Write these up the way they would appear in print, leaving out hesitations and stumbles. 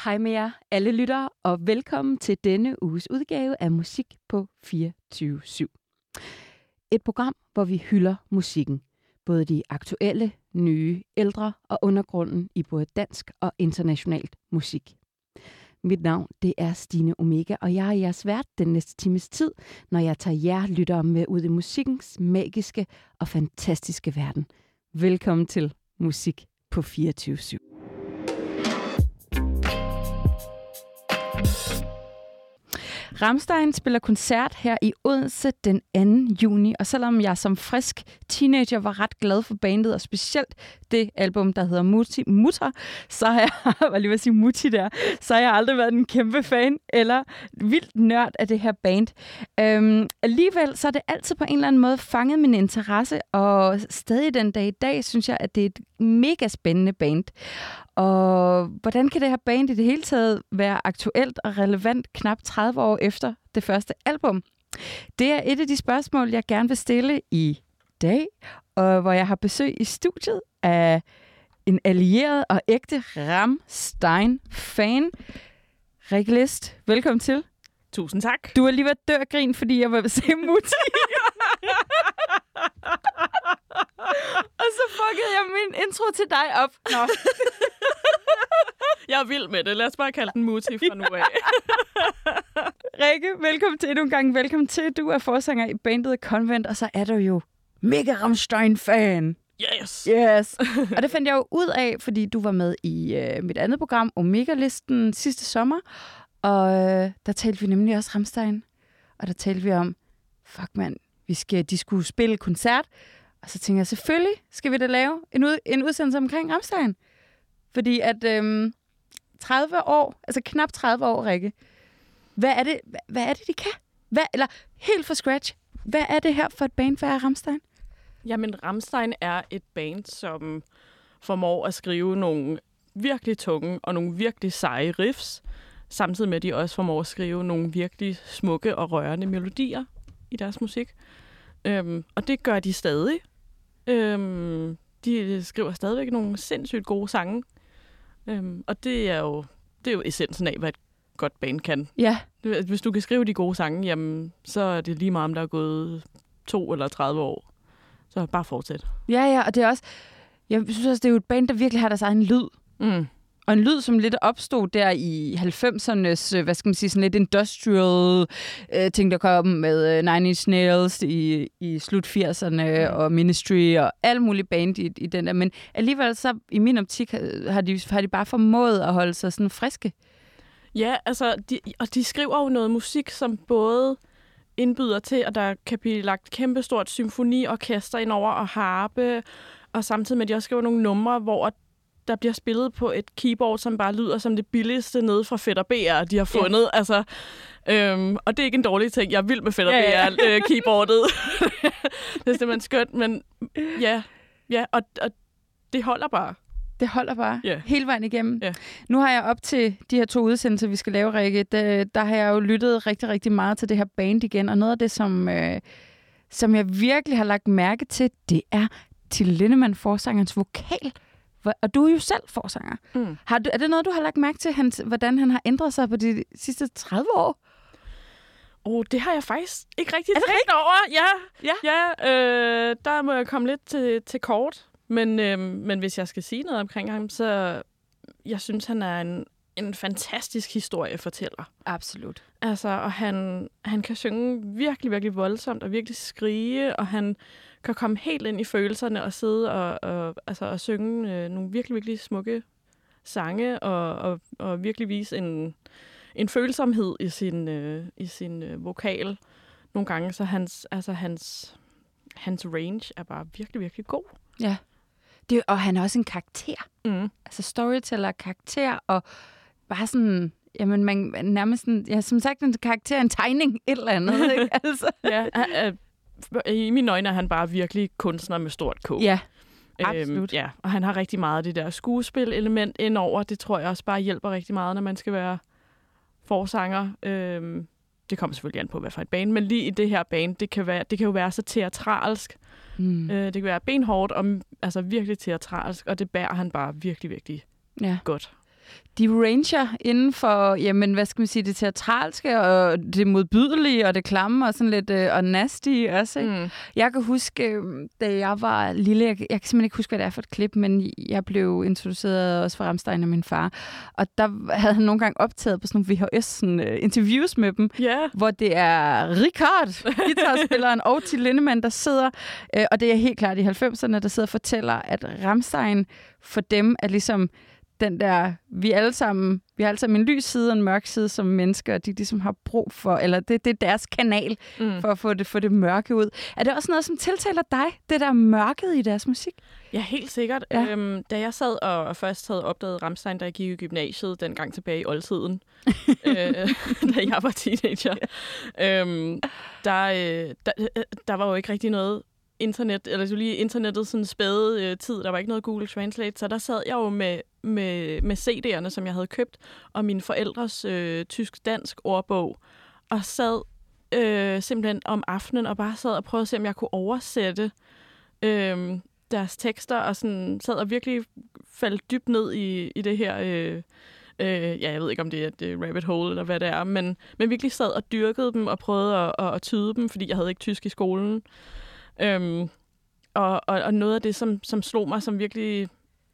Hej med jer, alle lyttere, og velkommen til denne uges udgave af Musik på 24/7. Et program, hvor vi hylder musikken. Både de aktuelle, nye, ældre og undergrunden i både dansk og internationalt musik. Mit navn, det er Stine Omega, og jeg er jeres vært den næste times tid, når jeg tager jer lyttere med ud i musikkens magiske og fantastiske verden. Velkommen til Musik på 24/7. Rammstein spiller koncert her i Odense den 2. juni, og selvom jeg som frisk teenager var ret glad for bandet, og specielt det album, der hedder Mutter, så har så har jeg aldrig været en kæmpe fan eller vildt nørd af det her band. Alligevel så er det altid på en eller anden måde fanget min interesse, og stadig den dag i dag synes jeg, at det er et mega spændende band. Og hvordan kan det her band i det hele taget være aktuelt og relevant knap 30 år efter det første album? Det er et af de spørgsmål, jeg gerne vil stille i dag, og hvor jeg har besøg i studiet af en allieret og ægte Rammstein-fan. Rikke List, velkommen til. Tusind tak. Du er lige ved at dø af grin, fordi jeg var ved se Mutti. Og så fuckede jeg min intro til dig op. Nå. Jeg er vild med det. Lad os bare kalde den Mutti fra nu af. Rikke, velkommen til endnu en gang. Velkommen til. Du er forsanger i bandet Convent, og så er du jo mega Rammstein-fan. Yes. Og det fandt jeg jo ud af, fordi du var med i mit andet program, Omega-listen, sidste sommer. Og der talte vi nemlig også Rammstein. Og der talte vi om, fuck mand, de skulle spille koncert. Og så tænkte jeg, selvfølgelig skal vi da lave en udsendelse omkring Rammstein. Fordi at 30 år, altså knap 30 år, Rikke, hvad er det, de kan? Eller helt fra scratch, hvad er det her for et band, hvad er Rammstein? Jamen, Rammstein er et band, som formår at skrive nogle virkelig tunge og nogle virkelig seje riffs, samtidig med, at de også formår at skrive nogle virkelig smukke og rørende melodier i deres musik. Og det gør de stadig. De skriver stadigvæk nogle sindssygt gode sange. Og det er jo essensen af, hvad et godt band kan. Ja. Hvis du kan skrive de gode sange, jamen, så er det lige meget, om der er gået 2 eller 30 år. Så bare fortsæt. Ja, og det er også, jeg synes også, det er jo et band, der virkelig har deres egen lyd. Mm. Og en lyd, som lidt opstod der i 90'ernes, hvad skal man sige, sådan lidt industrial ting, der kom med Nine Inch Nails i slut 80'erne og Ministry og alle mulige band i den der. Men alligevel så i min optik har de bare formået at holde sig sådan friske. Ja, altså, de skriver jo noget musik, som både indbyder til, at der kan blive lagt kæmpestort symfoniorkester ind over og harpe, og samtidig med, at de også skriver nogle numre, hvor der bliver spillet på et keyboard, som bare lyder som det billigste nede fra Fender BR, de har fundet. Ja. Altså, og det er ikke en dårlig ting. Jeg er vild med Fender BR keyboardet. Det er simpelthen skønt, men ja, og det holder bare. Det holder bare hele vejen igennem. Yeah. Nu har jeg op til de her 2 udsendelser, vi skal lave, Rikke, der har jeg jo lyttet rigtig, rigtig meget til det her band igen, og noget af det, som jeg virkelig har lagt mærke til, det er Till Lindemann, forsangerens vokal. Og du er jo selv forsanger. Mm. Er det noget, du har lagt mærke til, hvordan han har ændret sig på de sidste 30 år? Det har jeg faktisk ikke rigtig tænkt over. Ja. Der må jeg komme lidt til kort. Men hvis jeg skal sige noget omkring ham, så jeg synes, han er en fantastisk historiefortæller. Absolut. Altså, og han kan synge virkelig, virkelig voldsomt og virkelig skrige, og han kan komme helt ind i følelserne og sidde og synge nogle virkelig, virkelig smukke sange og virkelig vise en følsomhed i sin vokal. Nogle gange, så hans range er bare virkelig, virkelig god. Ja. Og han er også en karakter. Mm. Altså storyteller, karakter, og bare sådan, jamen man nærmest sådan, som sagt, en karakter, en tegning, et eller andet. Ikke? Altså. Ja, i mine øjne er han bare virkelig kunstner med stort K. Ja, absolut. Ja, og han har rigtig meget af det der skuespil-element indover. Det tror jeg også bare hjælper rigtig meget, når man skal være forsanger. Det kommer selvfølgelig an på, hvad for et band, men lige i det her band, det kan jo være så teatralsk. Mm. Det kan være benhårdt og altså virkelig teatralsk, og det bærer han bare virkelig, virkelig godt. de ranger inden for, jamen, hvad skal man sige, det teatralske, og det modbydelige, og det klamme, og sådan lidt, og nasty også, ikke? Mm. Jeg kan huske, da jeg var lille, jeg kan simpelthen ikke huske, hvad det er for et klip, men jeg blev introduceret også for Rammstein af min far, og der havde han nogle gange optaget på sådan nogle VHS-interviews med dem, hvor det er Richard, guitarspilleren, og Till Lindemann, der sidder, og det er helt klart i 90'erne, der sidder og fortæller, at Rammstein for dem er ligesom den der, vi har alle sammen en lys side og en mørk side som mennesker, og de ligesom har brug for, eller det er deres kanal for at få det mørke ud. Er det også noget, som tiltaler dig, det der mørket i deres musik? Ja, helt sikkert. Ja. Da jeg sad og først havde opdaget Rammstein, da jeg gik i gymnasiet, dengang tilbage i oldtiden, da jeg var teenager, der var jo ikke rigtig noget internet, eller så lige internettet sådan spæde tid, der var ikke noget Google Translate, så der sad jeg jo med CD'erne, som jeg havde købt, og mine forældres tysk-dansk ordbog, og sad simpelthen om aftenen og bare sad og prøvede at se, om jeg kunne oversætte deres tekster, og sådan sad og virkelig faldt dybt ned i det her, jeg ved ikke, om det er et rabbit hole, eller hvad det er, men virkelig sad og dyrkede dem, og prøvede at tyde dem, fordi jeg havde ikke tysk i skolen. Og noget af det, som slog mig, som virkelig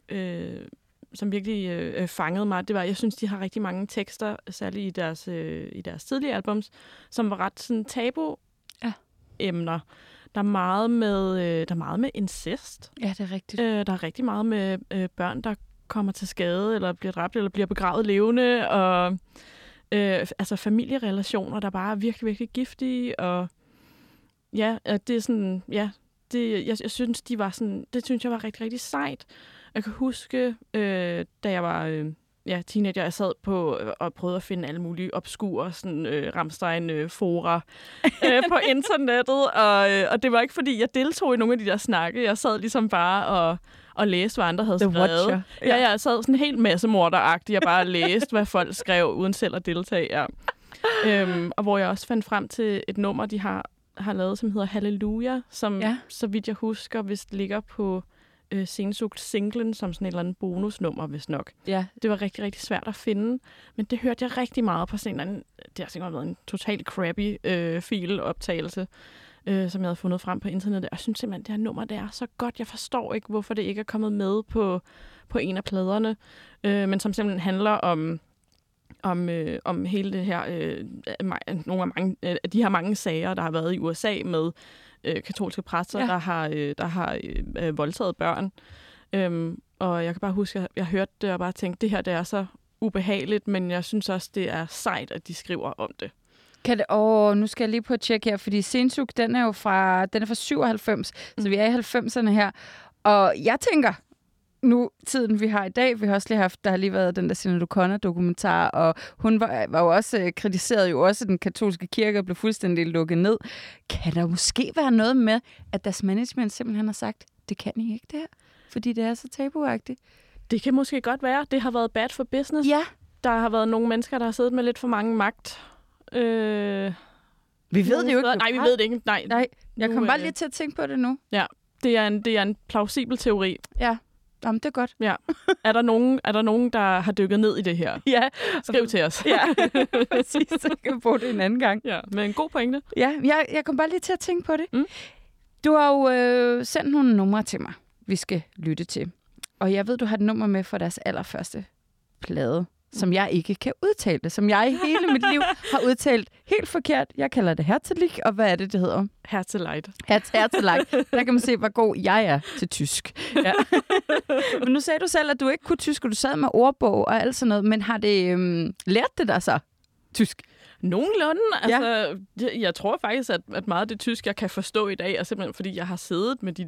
fangede mig, det var, jeg synes, de har rigtig mange tekster, særligt i deres tidlige albums, som var ret sådan tabu-emner. Der er meget med incest. Ja, det er rigtigt. Der er rigtig meget med børn, der kommer til skade, eller bliver dræbt, eller bliver begravet levende, og altså familierelationer, der bare er virkelig, virkelig giftige, og ja, det er sådan, ja, jeg synes, de var sådan, det synes jeg var rigtig, rigtig sejt. Jeg kan huske, da jeg var teenager, jeg sad på og prøvede at finde alle mulige obskure sådan Rammstein-fora på internettet, og det var ikke, fordi jeg deltog i nogle af de der snakke. Jeg sad ligesom bare og læste, hvad andre havde skrevet. Ja, jeg sad sådan helt massemorderagtig, jeg bare læste, hvad folk skrev, uden selv at deltage. Ja. Og hvor jeg også fandt frem til et nummer, de har lavet, som hedder Halleluja, som, så vidt jeg husker, vist ligger på Sehnsucht singlen som sådan et eller andet bonusnummer, vist nok. Ja. Det var rigtig, rigtig svært at finde, men det hørte jeg rigtig meget på sådan en anden, det har sikkert været en totalt crappy filoptagelse, som jeg havde fundet frem på internettet. Jeg synes simpelthen, det her nummer, det er så godt. Jeg forstår ikke, hvorfor det ikke er kommet med på en af pladerne, men som simpelthen handler om hele det her, de her mange sager, der har været i USA med katolske præster, der har voldtaget børn. Og jeg kan bare huske, at jeg hørte det og bare tænkte, det her det er så ubehageligt, men jeg synes også, det er sejt, at de skriver om det. Nu skal jeg lige på at tjekke her, fordi Sehnsucht, den er fra 97, så vi er i 90'erne her. Og jeg tænker, nu tiden vi har i dag, vi har også lige haft, der har lige været den der Sinéad O'Connor-dokumentar, og hun var jo også kritiseret jo også, den katolske kirke blev fuldstændig lukket ned. Kan der måske være noget med, at deres management simpelthen har sagt, det kan I ikke det her, fordi det er så tabuagtigt? Det kan måske godt være. Det har været bad for business. Ja. Der har været nogle mennesker, der har siddet med lidt for mange magt. Vi ved det jo ikke. Nej, vi ved det ikke. Nej. Jeg kom bare lige til at tænke på det nu. Ja, det er en plausibel teori. Ja. Jamen, det er godt. Ja. Er der nogen, der har dykket ned i det her? Ja. Skriv til os. Ja, præcis. Så kan vi bruge det en anden gang. Ja, med en god pointe. Ja, jeg kom bare lige til at tænke på det. Mm. Du har jo sendt nogle numre til mig, vi skal lytte til. Og jeg ved, du har et nummer med for deres allerførste plade, som jeg ikke kan udtale det, som jeg i hele mit liv har udtalt helt forkert. Jeg kalder det Herzlich, og hvad er det hedder? Herzleit. Herzleit. Der kan man se, hvor god jeg er til tysk. Ja. Men nu sagde du selv, at du ikke kunne tysk, og du sad med ordbog og alt sådan noget, men har det lært det dig så tysk? Nogenlunde. Altså, jeg tror faktisk, at meget af det tysk, jeg kan forstå i dag, er simpelthen, fordi jeg har siddet med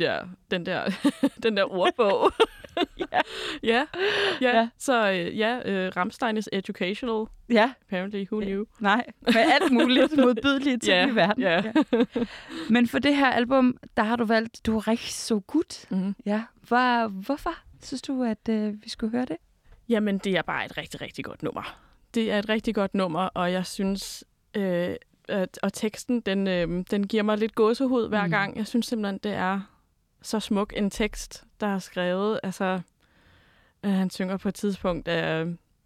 den der ordbog. Ja. Så Rammstein is educational. Ja. Apparently, who knew? Nej, med alt muligt modbydeligt ting i verden. Ja. Men for det her album, der har du valgt, du er rigtig så godt. Mm-hmm. Ja. Hvorfor synes du, at vi skulle høre det? Jamen, det er bare et rigtig, rigtig godt nummer. Det er et rigtig godt nummer, og jeg synes, og teksten, den giver mig lidt gåsehud hver gang. Jeg synes simpelthen, det er så smuk en tekst, der er skrevet. Altså, han synger på et tidspunkt,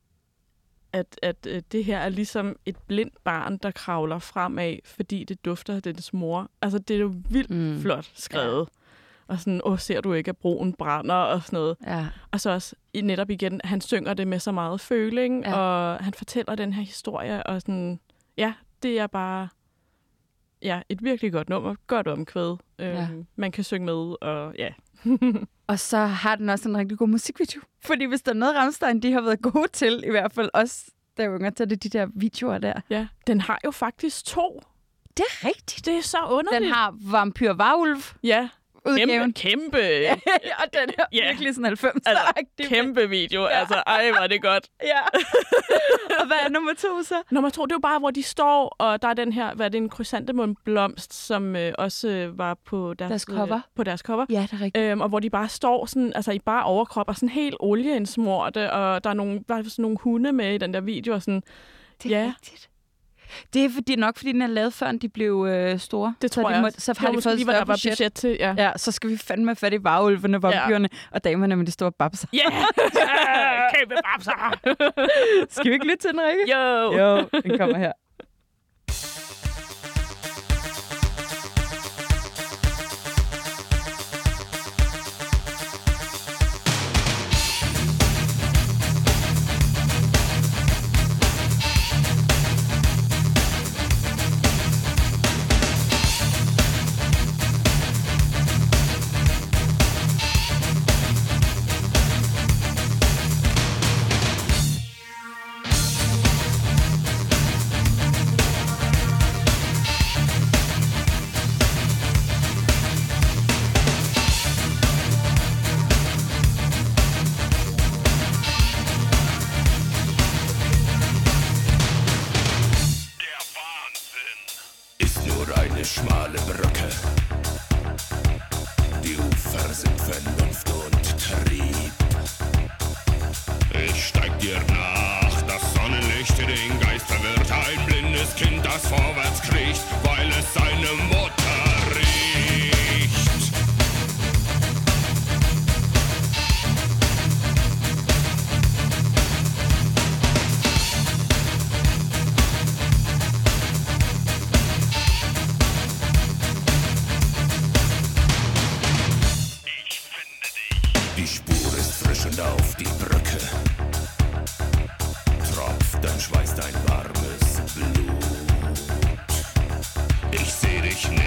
at det her er ligesom et blindt barn, der kravler fremad, fordi det dufter af dens mor. Altså, det er jo vildt flot skrevet. Ja. Og sådan, ser du ikke, at broen brænder og sådan noget. Ja. Og så også netop igen, han synger det med så meget føling, og han fortæller den her historie, og sådan, det er bare et virkelig godt nummer, godt omkvæd. Man kan synge med, og Og så har den også en rigtig god musikvideo. Fordi hvis der er noget, Rammstein, de har været gode til, i hvert fald også, der er jo yngre til det, de der videoer der. Ja, den har jo faktisk 2. Det er rigtigt. Det er så underligt. Den har Vampyr Varulv. Ja. Kæmpe. Og den er virkelig sådan 90'er. Altså, kæmpe video. Altså, var det godt. Ja. Og hvad er nummer 2 så? Nummer 2, det er jo bare, hvor de står, og der er den her, en krysantemumblomst, som også var på deres cover. Ja, det er rigtigt. Og hvor de bare står sådan, altså i bare overkrop, og sådan helt olieindsmorte, og der er sådan nogle hunde med i den der video. Og sådan, det er rigtigt. Det er fordi den er lavet før, de blev store. Det tror jeg. Så har de fået større budget til. Ja, så skal vi fandme have fat i varulvene, vampyrerne og damerne med de store babser. Ja! Kæmpe babser! Skal vi ikke lytte til den, Rikke? Jo, den kommer her. Schmale Brücke. Die Ufer sind Vernunft und Trieb. Ich steig dir nach, das Sonnenlicht den Geist verwirrt. Ein blindes Kind, das vorwärts kriecht, weil es seine Mutter riecht. Auf die Brücke tropft dein Schweiß, dein warmes Blut. Ich seh dich nicht.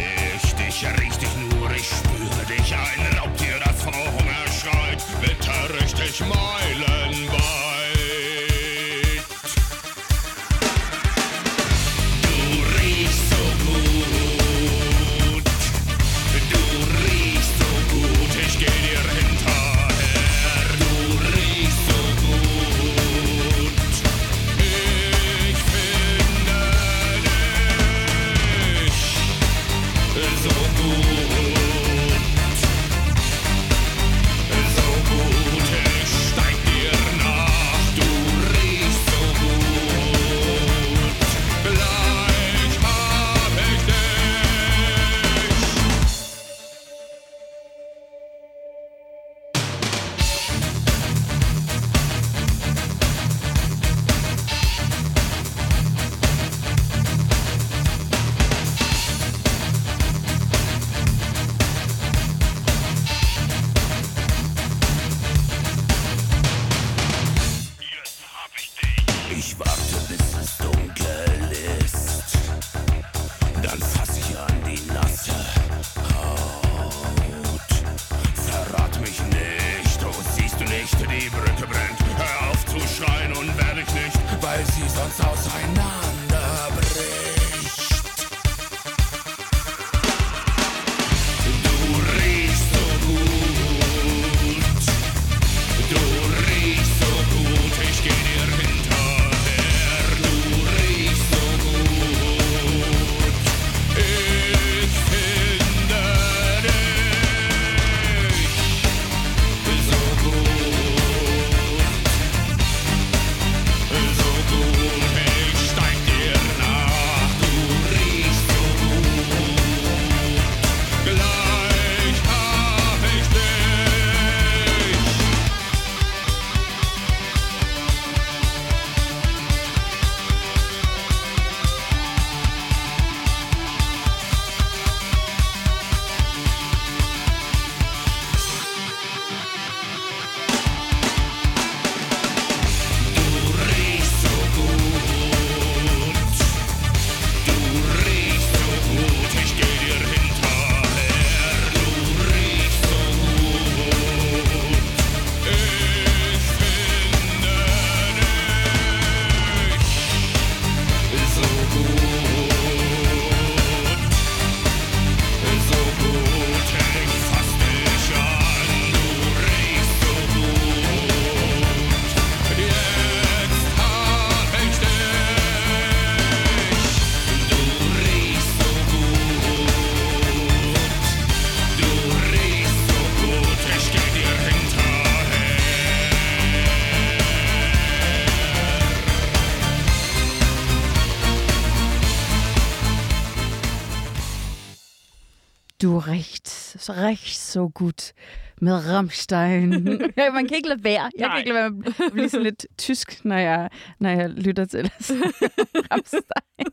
Du recht so gut med Rammstein. Man kan ikke lade være. Jeg kan ikke lade være med at blive sådan lidt tysk, når jeg lytter til Rammstein.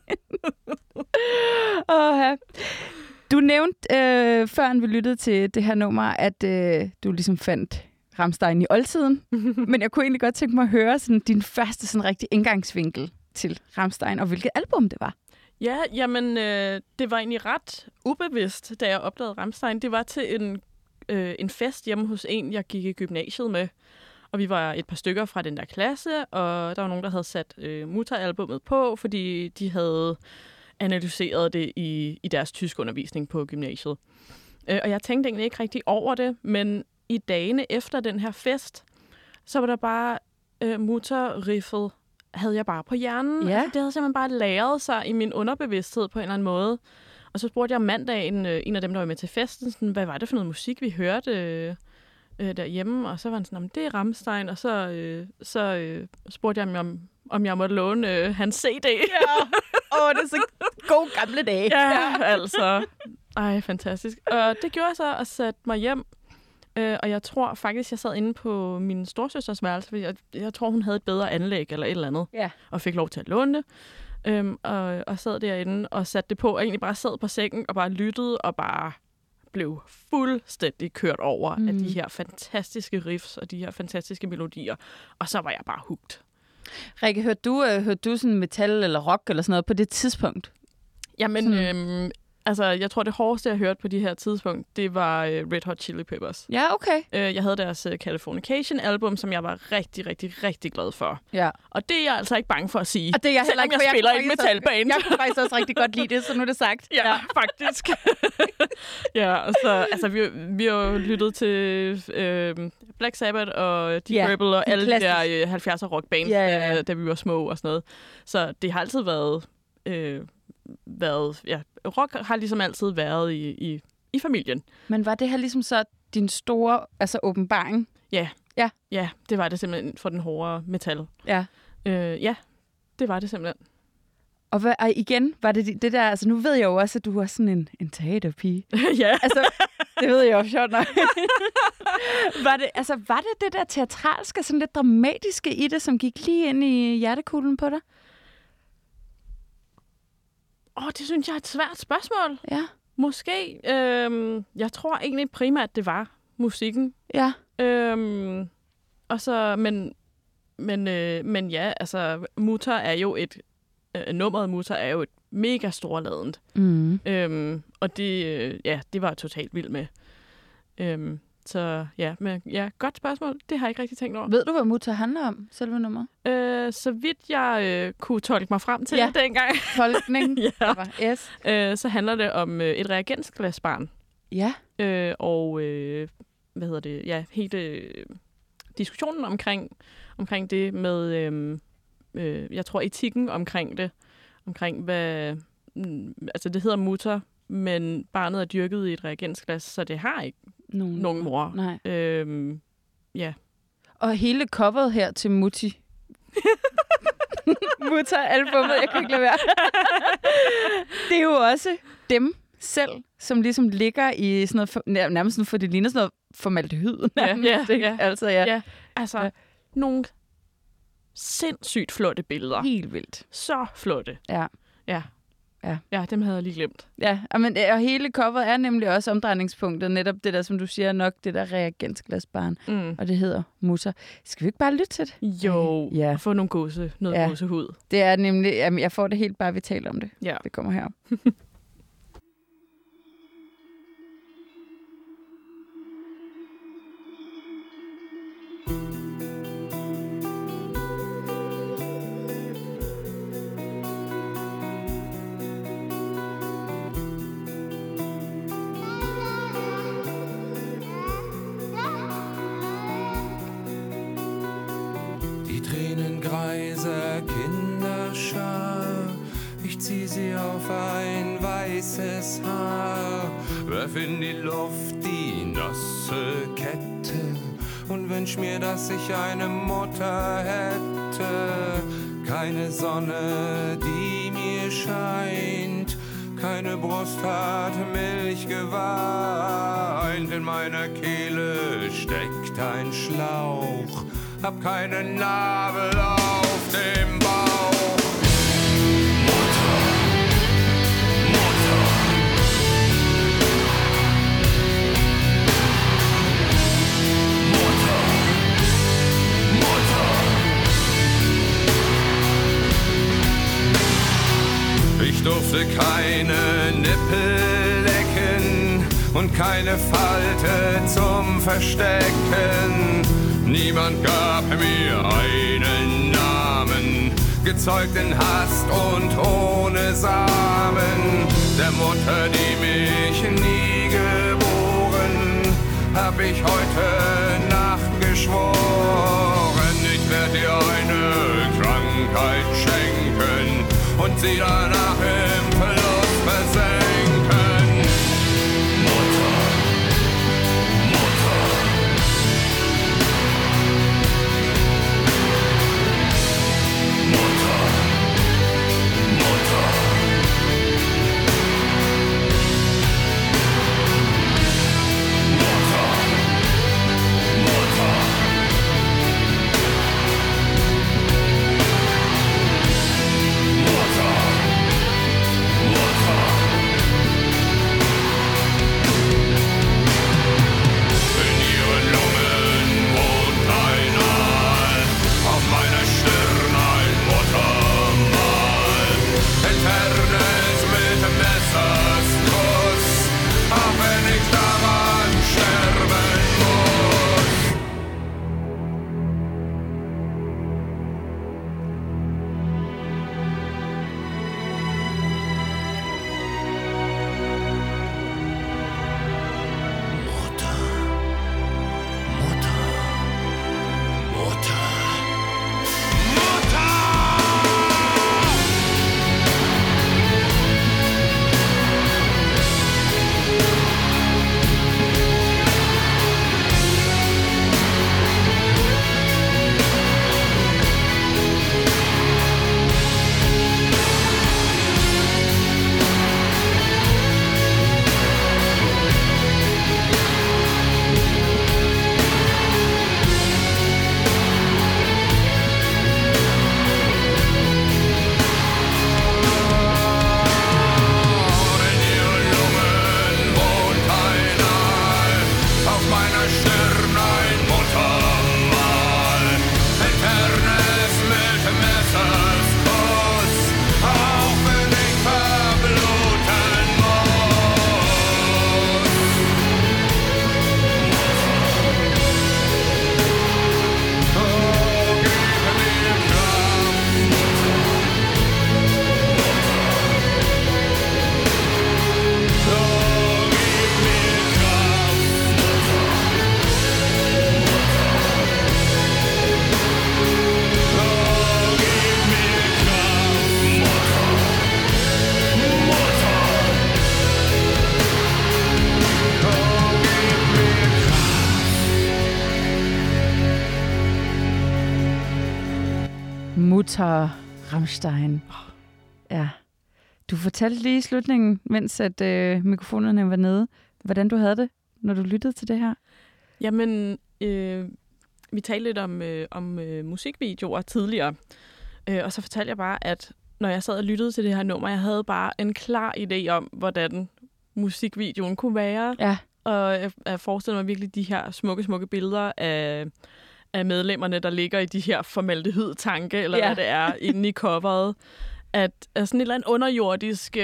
Du nævnte, før vi lyttede til det her nummer, at du ligesom fandt Rammstein i oldtiden. Men jeg kunne egentlig godt tænke mig at høre sådan, din første sådan rigtig indgangsvinkel til Rammstein, og hvilket album det var. Ja, jamen, det var egentlig ret ubevidst, da jeg opdagede Rammstein. Det var til en fest hjemme hos en, jeg gik i gymnasiet med. Og vi var et par stykker fra den der klasse, og der var nogen, der havde sat Mutter-albummet på, fordi de havde analyseret det i deres tyskundervisning på gymnasiet. Og jeg tænkte egentlig ikke rigtig over det, men i dagene efter den her fest, så var der bare Mutter-riffet, havde jeg bare på hjernen. Ja. Altså, det havde simpelthen bare læret sig i min underbevidsthed på en eller anden måde. Og så spurgte jeg mandagen en af dem, der var med til festen, sådan, hvad var det for noget musik, vi hørte derhjemme? Og så var han sådan, det er Rammstein. Og så spurgte jeg ham, om jeg måtte låne hans CD. Ja. Det er så god gamle dage. Ja, altså. Ej, fantastisk. Og det gjorde jeg så, og satte mig hjem. Og jeg tror faktisk, jeg sad inde på min storsøsters værelse, fordi jeg tror, hun havde et bedre anlæg eller et eller andet, og fik lov til at låne det. Og sad derinde og satte det på, og egentlig bare sad på sengen og bare lyttede, og bare blev fuldstændig kørt over af de her fantastiske riffs og de her fantastiske melodier. Og så var jeg bare hooked. Rikke, hørte du sådan metal eller rock eller sådan noget på det tidspunkt? Jamen, altså, jeg tror, det hårdeste, jeg hørte på de her tidspunkt, det var Red Hot Chili Peppers. Ja, okay. Jeg havde deres Californication-album, som jeg var rigtig, rigtig, rigtig glad for. Ja. Og det er jeg altså ikke bange for at sige. Og det er jeg heller ikke, jeg spiller i en metalband. Jeg kunne faktisk også rigtig godt lide det, så nu er det sagt. Ja, faktisk. Ja, og så, altså, vi har jo lyttet til Black Sabbath og Deep Purple og alle de der 70'er rockbands, da vi var små og sådan noget. Så det har altid været rock har ligesom altid været i familien. Men var det her ligesom så din store åbenbaring? Ja, det var det simpelthen for den hårde metal. Ja. Ja, det var det simpelthen. Og igen, var det der, altså nu ved jeg jo også, at du er sådan en teaterpige. Ja. Altså, det ved jeg jo sjovt nok. var det der teatralske, sådan lidt dramatiske i det, som gik lige ind i hjertekuglen på dig? Det synes jeg er et svært spørgsmål. Ja. Måske. Jeg tror egentlig primært, det var musikken. Ja. Og så, men ja, altså, Mutter er jo nummeret Mutter er jo et mega storladent. Og det var jeg totalt vild med. Så ja, men ja, godt spørgsmål. Det har jeg ikke rigtig tænkt over. Ved du, hvad Mutter handler om, selve nummeret? Så vidt jeg kunne tolke mig frem til dengang. Tolkning. Yes. Så handler det om et reagensglasbarn. Ja. Og hvad hedder det? Ja, hele diskussionen omkring det med, jeg tror etikken omkring det. Omkring hvad, altså det hedder Mutter, men barnet er dyrket i et reagensglas, så det har ikke nogen mor. Nej. Ja. Og hele coveret her til Mutti. Mutter-albummet, jeg kan ikke lade være. Det er jo også dem selv, som ligesom ligger i sådan noget, nærmest sådan, for det ligner sådan noget formaldehyd. Ja. Altså, Altså, nogle sindssygt flotte billeder. Helt vildt. Så flotte. Ja, dem havde jeg lige glemt. Ja, men og hele coveret er nemlig også omdrejningspunktet, netop det der, som du siger, nok det der reagensglasbarn, og det hedder Mutter. Skal vi ikke bare lytte til det? Jo, og få noget gåsehud. Det er nemlig, jamen, jeg får det helt bare, vi taler om det. Ja. Det kommer her. Auf ein weißes Haar, werf in die Luft die nasse Kette und wünsch mir, dass ich eine Mutter hätte. Keine Sonne, die mir scheint, keine Brust hat Milch geweint. In meiner Kehle steckt ein Schlauch, hab keinen Nabel auf dem Bauch. Mutter, Mutter. Mutter, Mutter. Ich durfte keine Nippel lecken und keine Falte zum Verstecken. Niemand gab mir einen Namen, gezeugt in Hast und ohne Samen. Der Mutter, die mich nie geboren, hab ich heute Nacht geschworen. Ich werd dir eine Krankheit schenken und sie danach im Verlust versenken. Mutter, Mutter. Mutter, Mutter. Mutter, Mutter. In ihren Lungen wohnt ein Aal, auf meiner Stirn ein Muttermal. Eternes mit Messers Kuss, auch wenn ich daran sterben muss. Mutter, Mutter, Mutter, Mutter! In ihren Lungen wohnt ein Aal, auf meiner Stirn ein Muttermal. Eternes mit Messers Kuss, auch wenn ich verbluten muss. Oh, gib mir Kraft. Oh, gib mir Kraft. Oh, gib mir Kraft. Mutter, Mutter. Oh, gib mir Kraft. Mutter Rammstein. Ja. Du fortalte lige i slutningen, mens at mikrofonerne var nede, hvordan du havde det, når du lyttede til det her. Jamen, vi talte lidt om musikvideoer tidligere, og så fortalte jeg bare, at når jeg sad og lyttede til det her nummer, jeg havde bare en klar idé om, hvordan musikvideoen kunne være. Ja. Og jeg forestiller mig virkelig de her smukke billeder af medlemmerne, der ligger i de her formaldehyd-tanke, eller hvad det er, inde i coveret. At sådan et eller andet underjordisk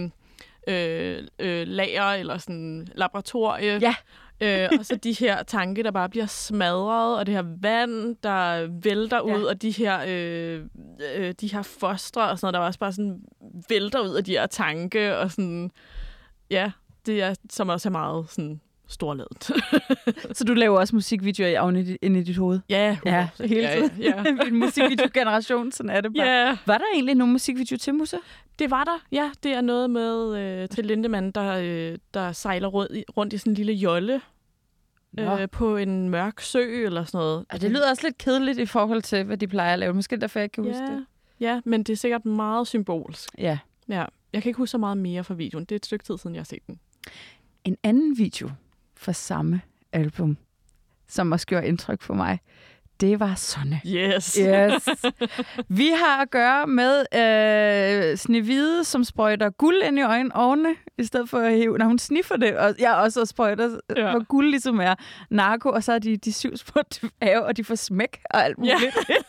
lager, eller sådan laboratorie. Ja. Og så de her tanke, der bare bliver smadret, og det her vand, der vælter ud, og de her fostre, og sådan noget, der også bare sådan vælter ud af de her tanke, og sådan, ja, det er, som også er meget sådan storladet. Så du laver også musikvideoer inde i dit hoved? Ja, hele tiden. Ja. En musikvideogeneration, sådan er det bare. Ja. Var der egentlig nogle musikvideoer til Musa? Det var der, ja. Det er noget med til Lindemann, der sejler rundt i sådan en lille jolle på en mørk sø eller sådan noget. Og det lyder også lidt kedeligt i forhold til, hvad de plejer at lave. Måske derfor jeg ikke kan huske det. Ja, men det er sikkert meget symbolsk. Ja. Ja. jeg kan ikke huske så meget mere fra videoen. Det er et stykke tid siden, jeg har set den. En anden video fra samme album, som også gjorde indtryk på mig, det var Sonne. Yes. Vi har at gøre med Snehvide, som sprøjter guld ind i øjnene, i stedet for at hæve, når hun sniffer det. Og jeg også sprøjter, hvor guld ligesom er narko, og så er de 7 små dværge, og de får smæk og alt muligt.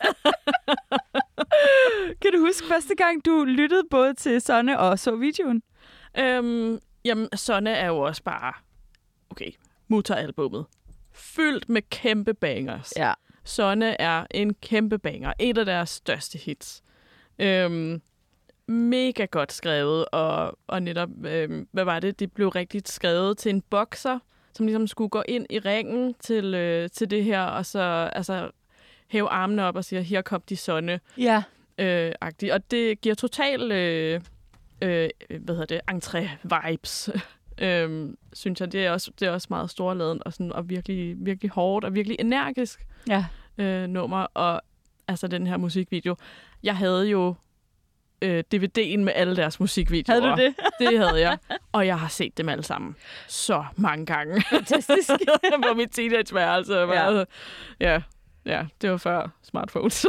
Kan du huske første gang, du lyttede både til Sonne og så videoen? Jamen, Sonne er jo også bare, Mutter-albummet. Fyldt med kæmpe bangers. Ja. Sonne er en kæmpe banger. Et af deres største hits. Mega godt skrevet, og netop, hvad var det? Det blev rigtig skrevet til en bokser, som ligesom skulle gå ind i ringen til det her, og så hæve armene op og sige, her kom de Sonne. Ja. Agtigt. Og det giver total, entré-vibes. Synes jeg, det er også meget storladen og virkelig, virkelig hårdt og virkelig energisk nummer. Og altså den her musikvideo. Jeg havde jo DVD'en med alle deres musikvideoer. Havde du det? Det havde jeg. Og jeg har set dem alle sammen så mange gange. Fantastisk. På mit teenageværelse. Ja, det var før smartphones.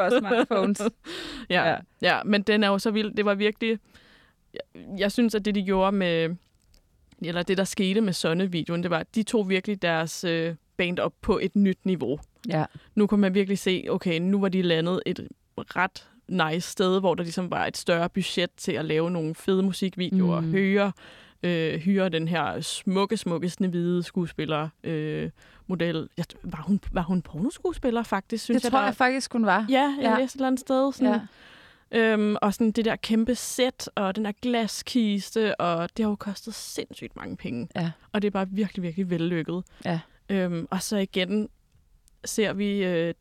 Ja, men den er jo så vild. Det var virkelig... Jeg synes, at det, de gjorde med... Eller det, der skete med Sonne-videoen, det var, at de tog virkelig deres band op på et nyt niveau. Ja. Nu kan man virkelig se, okay, nu var de landet et ret nice sted, hvor der ligesom var et større budget til at lave nogle fede musikvideoer, hyre den her smukke Snehvide skuespiller model. Var hun pornoskuespiller faktisk, synes jeg? Det tror jeg faktisk, hun var. Ja, jeg læste et eller andet sted. Sådan. Ja. Og sådan det der kæmpe sæt, og den der glaskiste, og det har jo kostet sindssygt mange penge. Ja. Og det er bare virkelig, virkelig vellykket. Ja. Og så igen ser vi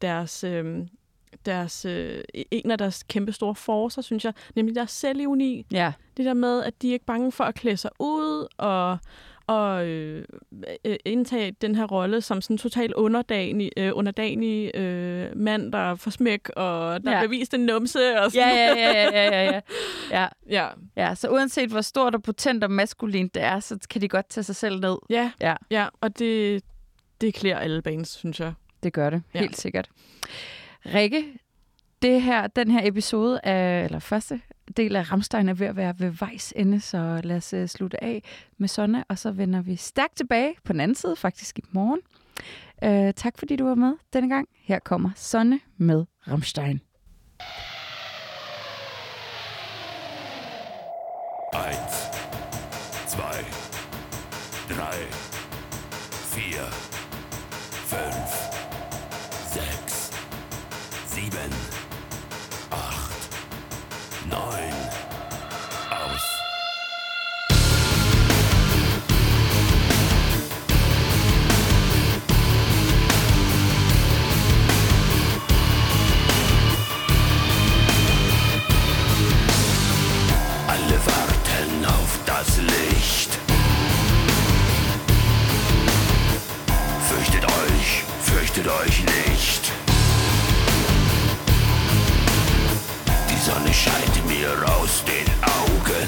en af deres kæmpe store forcer, synes jeg, nemlig deres selvironi. Ja. Det der med, at de er ikke bange for at klæde sig ud og indtage den her rolle som sådan en total underdanig mand, der får smæk, og der bliver vist en numse. Og sådan. Ja, så uanset hvor stort og potent og maskulint det er, så kan de godt tage sig selv ned. Ja, og det klæder alle bands, synes jeg. Det gør det, helt sikkert. Rikke, den her episode eller første del af Rammstein er ved at være ved vejs ende, så lad os slutte af med Sonne, og så vender vi stærkt tilbage på den anden side, faktisk i morgen. Tak fordi du var med denne gang. Her kommer Sonne med Rammstein. 1, 2, 3, 4, 5, 6, 7, 8, 9, aus. Alle warten auf das Licht. Fürchtet euch nicht. Die Sonne scheint mir aus den Augen.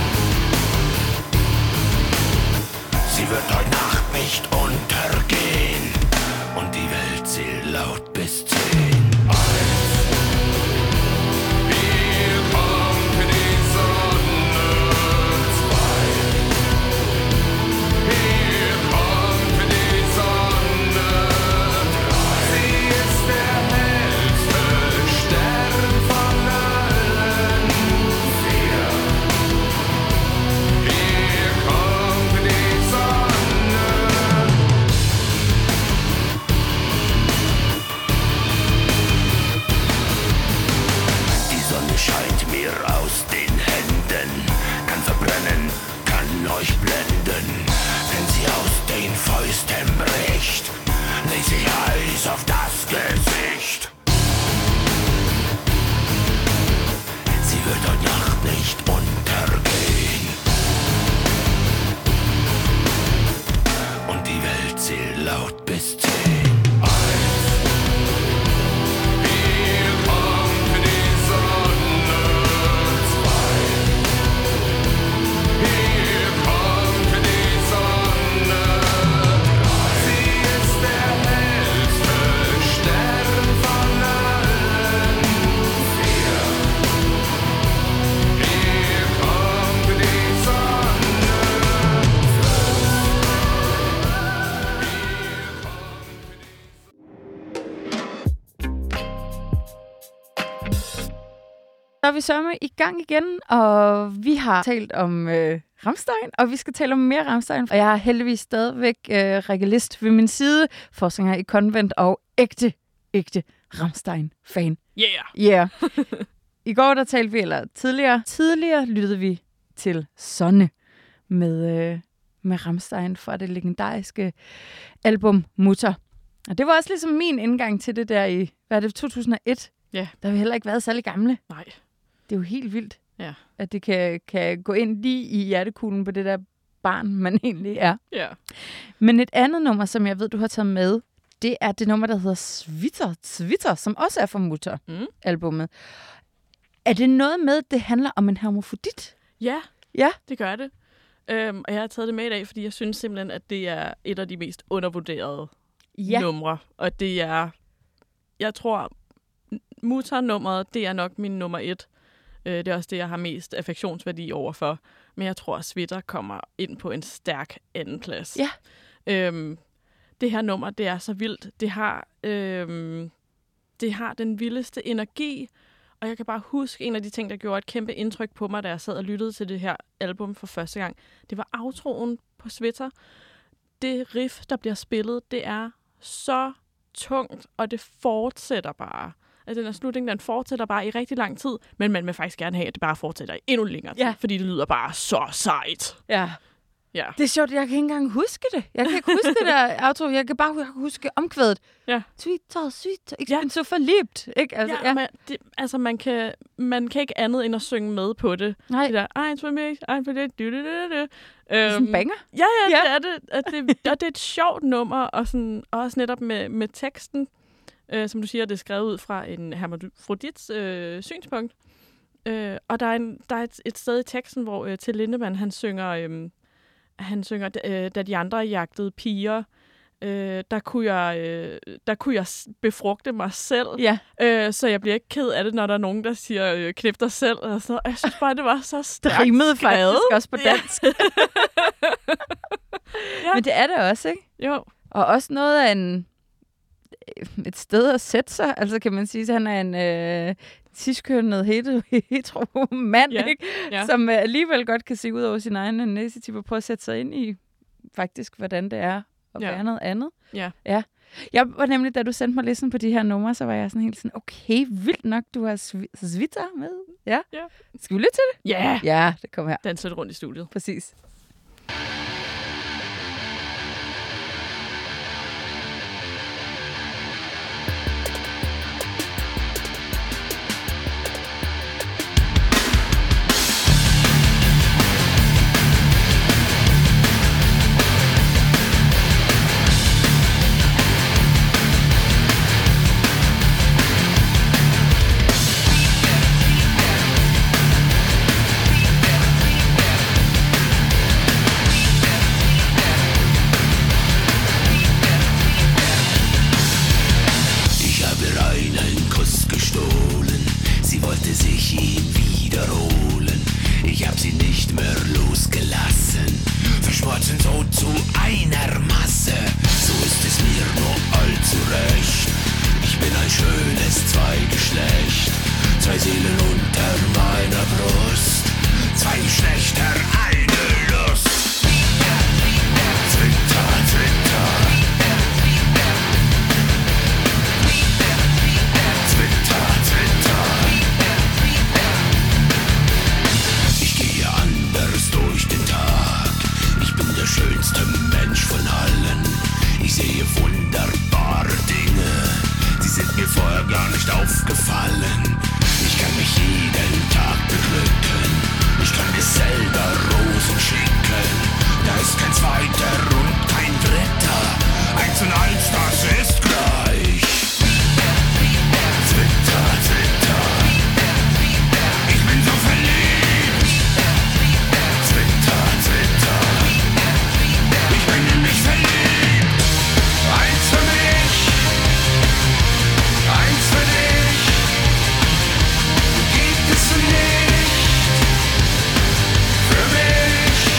Sie wird heute Nacht nicht untergehen. Und die Welt zählt laut bis 10. Euch blenden, wenn sie aus den Fäusten bricht, legt sie Eis auf das Gesicht. Sie wird heute Nacht nicht untergehen. Und die Welt zählt laut bis 10. Hier kommt die Sonne. 2, Så er vi sørme i gang igen, og vi har talt om Rammstein, og vi skal tale om mere Rammstein. Og jeg har heldigvis stadigvæk Rikke List ved min side, forsanger i Konvent og ægte Rammstein-fan. Yeah! I går der talte vi, eller tidligere lyttede vi til Sonne med Rammstein fra det legendariske album Mutter. Og det var også ligesom min indgang til det der i, 2001? Ja. Der har vi heller ikke været særlig gamle. Nej. Det er jo helt vildt, at det kan gå ind lige i hjertekuglen på det der barn, man egentlig er. Ja. Men et andet nummer, som jeg ved, du har taget med, det er det nummer, der hedder Zwitter, som også er fra Mutter-albummet. Er det noget med, det handler om en hermafrodit? Ja, Ja. det gør det. Og jeg har taget det med i dag, fordi jeg synes simpelthen, at det er et af de mest undervurderede numre. Og det er, jeg tror, Mutter-nummeret, det er nok min nummer 1. Det er også det, jeg har mest affektionsværdi overfor. Men jeg tror, at Zwitter kommer ind på en stærk andenplads. Ja. Det her nummer, det er så vildt. Det har den vildeste energi. Og jeg kan bare huske en af de ting, der gjorde et kæmpe indtryk på mig, da jeg sad og lyttede til det her album for første gang. Det var outroen på Zwitter. Det riff, der bliver spillet, det er så tungt, og det fortsætter bare. Altså, den her slutning, den fortsætter bare i rigtig lang tid, men man vil faktisk gerne have, at det bare fortsætter i endnu længere tid, fordi det lyder bare så sejt. Ja. Ja. Det er sjovt, jeg kan ikke engang huske det. Jeg kan ikke huske det der outro. Jeg kan bare huske omkvædet. Ja. Sweet, ikke så forlibt. Ikke? Altså, man kan ikke andet end at synge med på det. Nej. Det der, eins for mig, eins for det, Det er sådan en banger. Ja, det er det. Og det er et sjovt nummer, og sådan, også netop med teksten, som du siger, det er skrevet ud fra en hermafrodits synspunkt. Og der er et sted i teksten, hvor Till Lindemann, han synger, da de andre jagtede piger, der kunne jeg befrugte mig selv. Ja. Så jeg bliver ikke ked af det, når der er nogen, der siger, knip dig selv. Og så. Jeg synes bare, det var så stærkt. Det rimede faktisk også på dansk. Ja. Men det er det også, ikke? Jo. Og også noget af et sted at sætte sig. Altså kan man sige, at han er en ciskønnet hetero mand, ikke? Ja. Som alligevel godt kan se ud over sin egen næsetip og prøve at sætte sig ind i faktisk, hvordan det er at være noget andet. Ja. Jeg var nemlig, da du sendte mig listen på de her numre, så var jeg sådan helt sådan, okay, vildt nok, du har Zwitter med. Ja. Skal vi lytte til det? Ja. Ja, det kommer her. Danser lidt rundt i studiet. Præcis. Für mich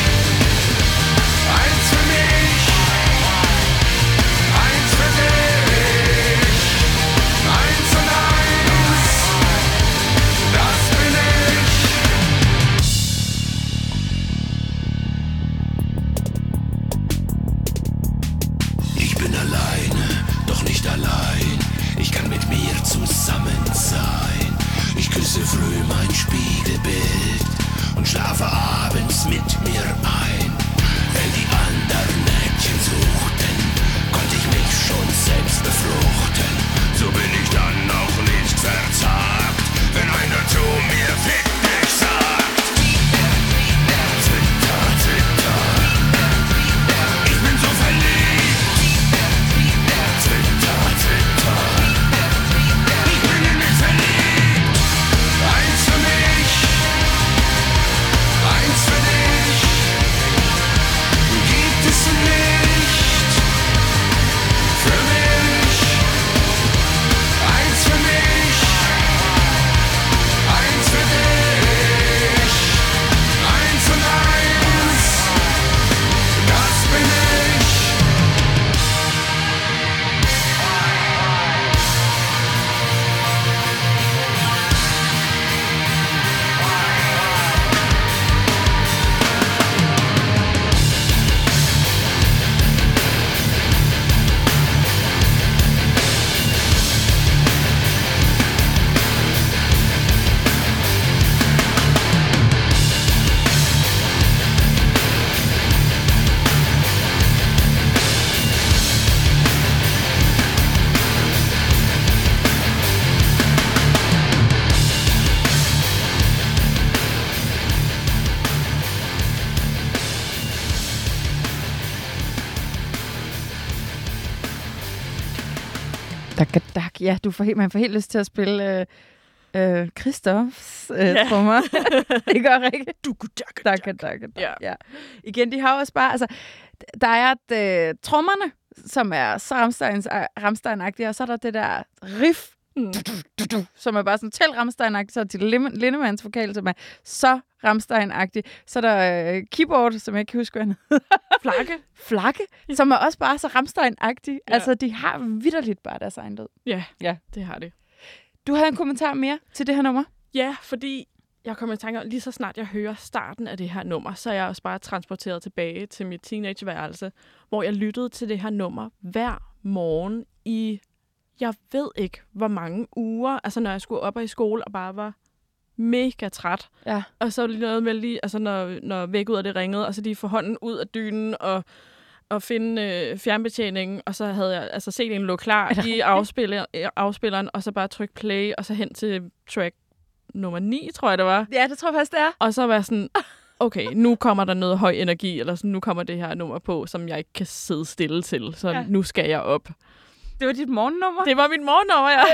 Dak. Ja, man får helt lyst til at spille Christophs trommer. Det gør rigtigt. Dak. Ja. Igen, de har også bare, altså, der er trommerne, som er så Rammstein-agtige, og så er der det der riff, som er bare sådan til Rammstein-agtigt, så er det Lindemanns vokal, som er så Rammstein-agtigt. Så er der keyboard, som jeg ikke kan huske, hvad han hedder. Flakke, som er også bare så Rammstein-agtigt. Ja. Altså, de har vitterligt bare deres egen lyd. Ja, det har det. Du havde en kommentar mere til det her nummer? Ja, fordi jeg kommer i tanke om, lige så snart jeg hører starten af det her nummer, så er jeg også bare transporteret tilbage til mit teenageværelse, hvor jeg lyttede til det her nummer hver morgen i, jeg ved ikke, hvor mange uger, altså når jeg skulle op og i skole og bare var mega træt. Ja. Og så lige noget med lige, altså når vækket ud af det ringede, og så lige få hånden ud af dynen og finde fjernbetjeningen, og så havde jeg altså CD'en lå klar i afspilleren, og så bare trykke play, og så hen til track nummer 9, tror jeg det var. Ja, det tror jeg faktisk, det er. Og så var jeg sådan, okay, nu kommer der noget høj energi, eller sådan, nu kommer det her nummer på, som jeg ikke kan sidde stille til, så nu skal jeg op. Det var dit morgennummer? Det var mit morgennummer, ja.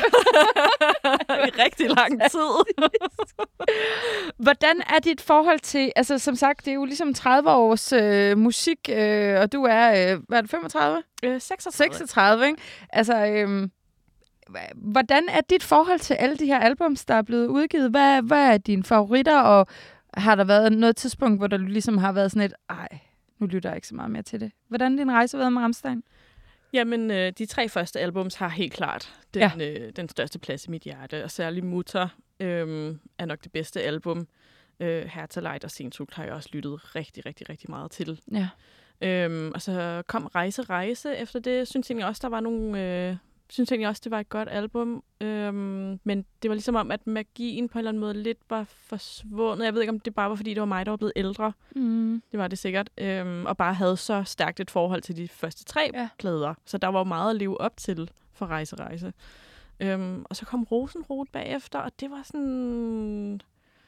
I rigtig lang tid. Hvordan er dit forhold til, altså som sagt, det er jo ligesom 30 års musik, og du er, hvad er det, 35? 36, ikke? Altså, hvordan er dit forhold til alle de her albums, der er blevet udgivet? Hvad er dine favoritter, og har der været noget tidspunkt, hvor der ligesom har været sådan et, nu lytter jeg ikke så meget mere til det. Hvordan er din rejse været med Rammstein? Jamen, de 3 første albums har helt klart den største plads i mit hjerte, og særligt Mutter er nok det bedste album. Herzeleid og Sehnsucht har jeg også lyttet rigtig, rigtig, rigtig meget til. Ja. Og så kom Rejse efter det. Synes egentlig også, det var et godt album. Men det var ligesom om, at magien på en eller anden måde lidt var forsvundet. Jeg ved ikke, om det bare var, fordi det var mig, der var blevet ældre. Mm. Det var det sikkert. Og bare havde så stærkt et forhold til de første 3 plader. Så der var meget at leve op til for Rejse. Og så kom Rosenrot bagefter, og det var sådan...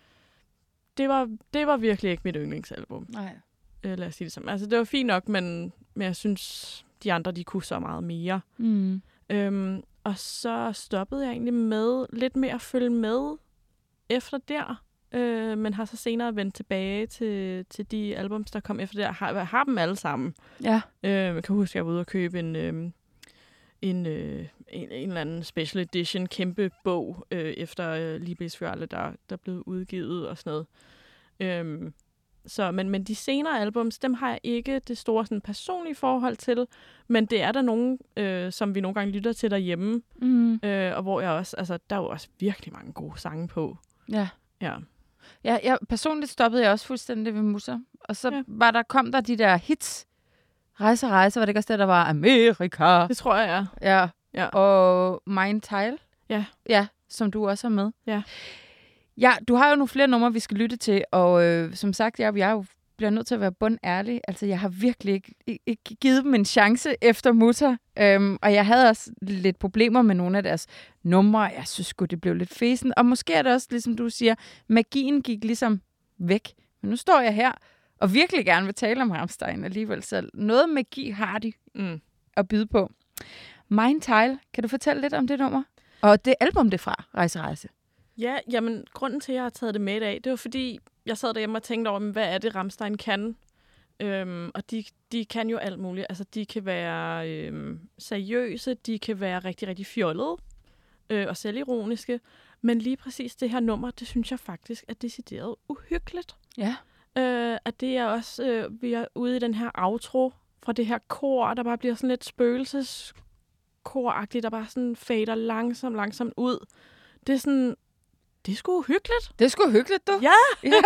Det var virkelig ikke mit yndlingsalbum. Nej. Lad os sige det sådan. Altså, det var fint nok, men jeg synes, de andre, de kunne så meget mere. Mm. Og så stoppede jeg egentlig med lidt mere at følge med efter der, men har så senere vendt tilbage til de albums, der kom efter der. Har dem alle sammen. Ja. Jeg kan huske, at jeg var ude og købe en eller anden special edition kæmpe bog efter Liebesfjørle, der blev udgivet og sådan noget. Men de senere albums, dem har jeg ikke det store sådan, personlige forhold til, men det er der nogen, som vi nogle gange lytter til derhjemme, og hvor jeg også, altså der er jo også virkelig mange gode sange på. Ja. Ja, personligt stoppede jeg også fuldstændig ved Mutter, og så kom der de der hits. Rejse, var det ikke også det, der var Amerika? Det tror jeg, ja. Ja. Og Mein Teil. Ja, som du også er med. Ja, du har jo nogle flere numre, vi skal lytte til, og som sagt, jeg bliver nødt til at være bundærlig. Altså, jeg har virkelig ikke givet dem en chance efter Mutter, og jeg havde også lidt problemer med nogle af deres numre. Jeg synes sgu, det blev lidt fesen, og måske er det også, ligesom du siger, magien gik ligesom væk. Men nu står jeg her, og virkelig gerne vil tale om Rammstein alligevel selv. Noget magi har de at byde på. Mein Teil, kan du fortælle lidt om det nummer? Og det album, det er fra, Rejse. Ja, jamen, grunden til, at jeg har taget det med i dag, det var fordi, jeg sad derhjemme og tænkte over, hvad er det, Rammstein kan? Og de kan jo alt muligt. Altså, de kan være seriøse, de kan være rigtig, rigtig fjollede og selvironiske. Men lige præcis det her nummer, det synes jeg faktisk er decideret uhyggeligt. Ja. At det er også, vi er ude i den her outro fra det her kor, der bare bliver sådan lidt spøgelseskoragtigt, der bare sådan fader langsomt ud. Det er sådan... Det er sgu uhyggeligt. Det er sgu uhyggeligt, du. Ja.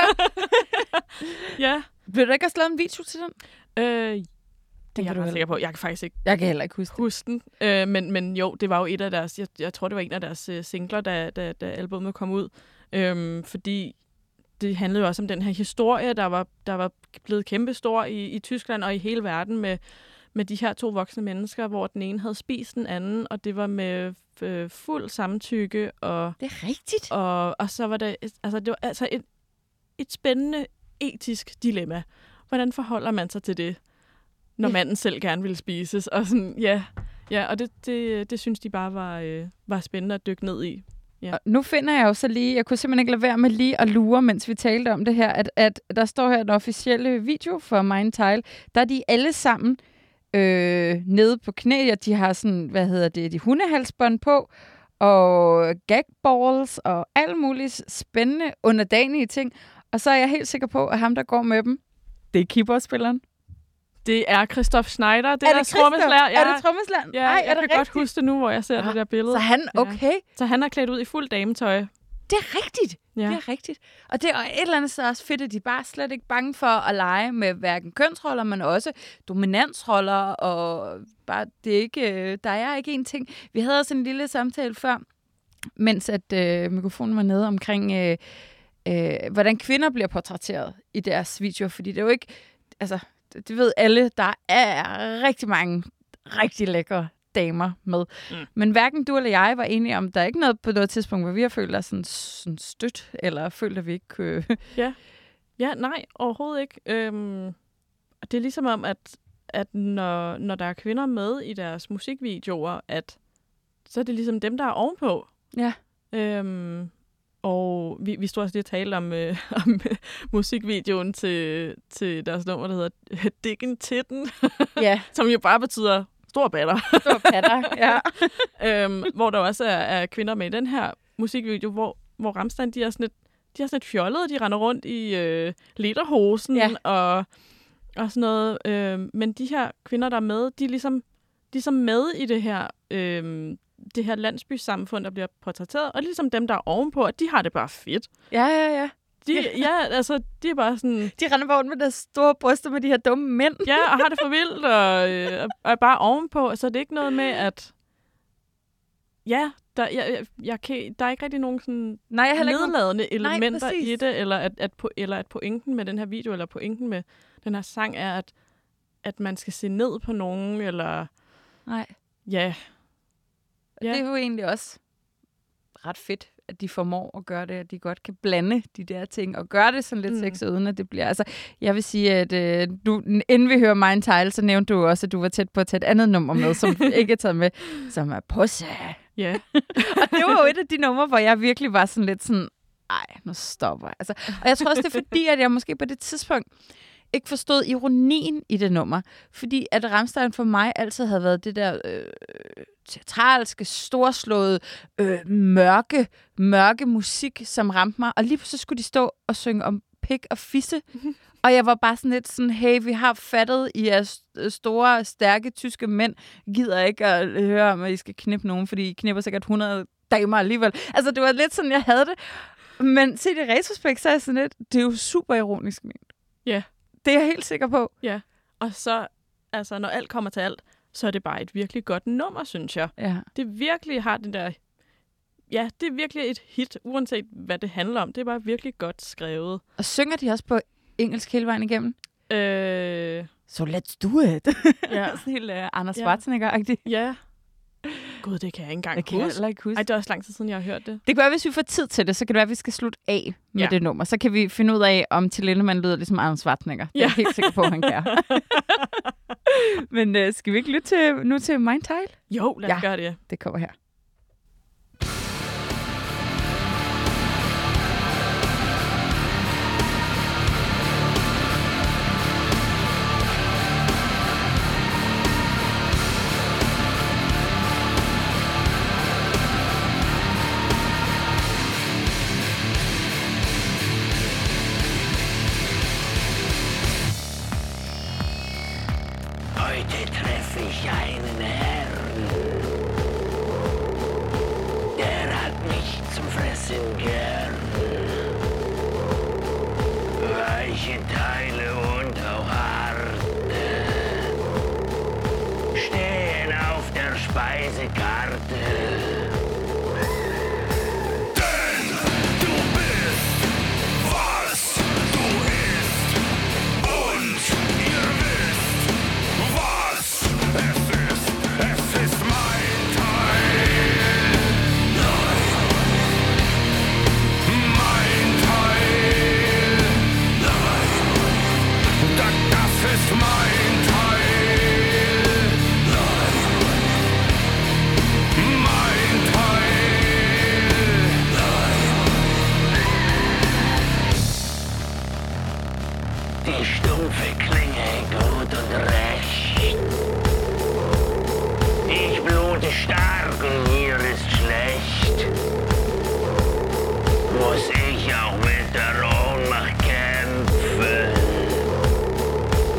Ja. Vil du ikke også lave en video til den? Det er jeg sikker på. Jeg kan faktisk ikke... Jeg kan heller ikke huske den. Men jo, det var jo et af deres... Jeg tror, det var en af deres singler, da albumet kom ud. Fordi det handlede jo også om den her historie, der var blevet kæmpestor i Tyskland og i hele verden med de her 2 voksne mennesker, hvor den ene havde spist den anden, og det var med fuld samtykke. Og, det er rigtigt. Og så var det... Altså, det var altså et spændende etisk dilemma. Hvordan forholder man sig til det, når manden selv gerne vil spises? Og sådan, Ja, og det synes de bare var spændende at dykke ned i. Ja. Og nu finder jeg jo så lige, jeg kunne simpelthen ikke lade være med lige at lure, mens vi talte om det her, at der står her den officielle video for Mindtile. Der er de alle sammen nede på knæ, og de har sådan, de hundehalsbånd på, og gagballs, og alle mulige spændende, underdanige ting. Og så er jeg helt sikker på, at ham, der går med dem, det er keyboardspilleren. Det er Christoph Schneider, det er trommeslager. Ja. Er det trommeslageren? Ja, jeg kan godt huske det nu, hvor jeg ser det der billede. Så han, okay. Ja. Så han er klædt ud i fuld dametøj. Det er rigtigt. Ja. Det er rigtigt. Og det er et eller andet sted også fedt, at de bare slet ikke bange for at lege med hverken kønsroller, men også dominansroller, og bare, det er ikke, der er ikke en ting. Vi havde også en lille samtale før, mens at mikrofonen var nede omkring, hvordan kvinder bliver portrætteret i deres videoer, fordi det er jo ikke, altså, det ved alle, der er rigtig mange rigtig lækre damer med. Men hverken du eller jeg var enige om, der er ikke noget på noget tidspunkt, hvor vi har følt os sådan stødt, eller følt, at vi ikke Ja, nej, overhovedet ikke. Det er ligesom om, at når der er kvinder med i deres musikvideoer, at så er det ligesom dem, der er ovenpå. Ja. Og vi stod også lige og talte om musikvideoen til deres nummer, der hedder Diggin' Titten, Ja. som jo bare betyder stor patter. Stor patter, ja. Hvor der også er kvinder med i den her musikvideo, hvor Rammstein, de er sådan lidt fjollede, de render rundt i lederhosen og sådan noget. Men de her kvinder, der er med, de er ligesom med i det her landsbysamfund, der bliver portrætteret, og ligesom dem, der er ovenpå, at de har det bare fedt. Ja. De er bare sådan... De render bare rundt med deres store bryster med de her dumme mænd. Ja, og har det for vildt, og er bare ovenpå. Så det er ikke noget med, at... Ja, der er ikke rigtig nogen sådan nedladende elementer i det, eller at pointen med den her video, eller pointen med den her sang er, at man skal se ned på nogen, eller... Nej. Ja. Det er jo egentlig også ret fedt, at de formår at gøre det, at de godt kan blande de der ting, og gøre det sådan lidt sexet, uden at det bliver... Altså, jeg vil sige, at inden vi hører Mindtile, så nævnte du også, at du var tæt på at tage et andet nummer med, som ikke er taget med, som er Pussy. Ja. Og det var jo et af de numre, hvor jeg virkelig var sådan lidt sådan, ej, nu stopper jeg. Altså, og jeg tror også, det er fordi, at jeg måske på det tidspunkt ikke forstod ironien i det nummer. Fordi at Rammstein for mig altid havde været det der teatralske, storslåede, mørke musik, som ramte mig. Og lige pludselig skulle de stå og synge om pik og fisse. Og jeg var bare sådan lidt sådan, hey, vi har fattet, I er store, stærke, tyske mænd. Gider ikke at høre om, at I skal knippe nogen, fordi I knipper sikkert 100 damer alligevel. Altså, det var lidt sådan, jeg havde det. Men set i retrospekt, så er jeg sådan lidt, det er jo super ironisk ment. Ja. Det er jeg helt sikker på. Ja, og så, altså, når alt kommer til alt, så er det bare et virkelig godt nummer, synes jeg. Ja. Det virkelig har den der... Ja, det er virkelig et hit, uanset hvad det handler om. Det er bare virkelig godt skrevet. Og synger de også på engelsk hele vejen igennem? So let's do it. Ja. Sådan helt Anders Schwarzenegger-agtigt. Ja. Gud, det kan jeg ikke engang huske. Ej, det er også lang tid siden, jeg har hørt det. Det kan være, hvis vi får tid til det, så kan det være, at vi skal slutte af med det nummer. Så kan vi finde ud af, om Till Lindemann lyder ligesom Anders Schwarzenegger. Det er jeg helt sikker på, at han kan. Men skal vi ikke lytte nu til Mindtile? Jo, lad os gøre det. Det kommer her. Heute treffe ich einen Herrn, der hat mich zum Fressen gern. Weiche Teile und auch harte stehen auf der Speisekarte.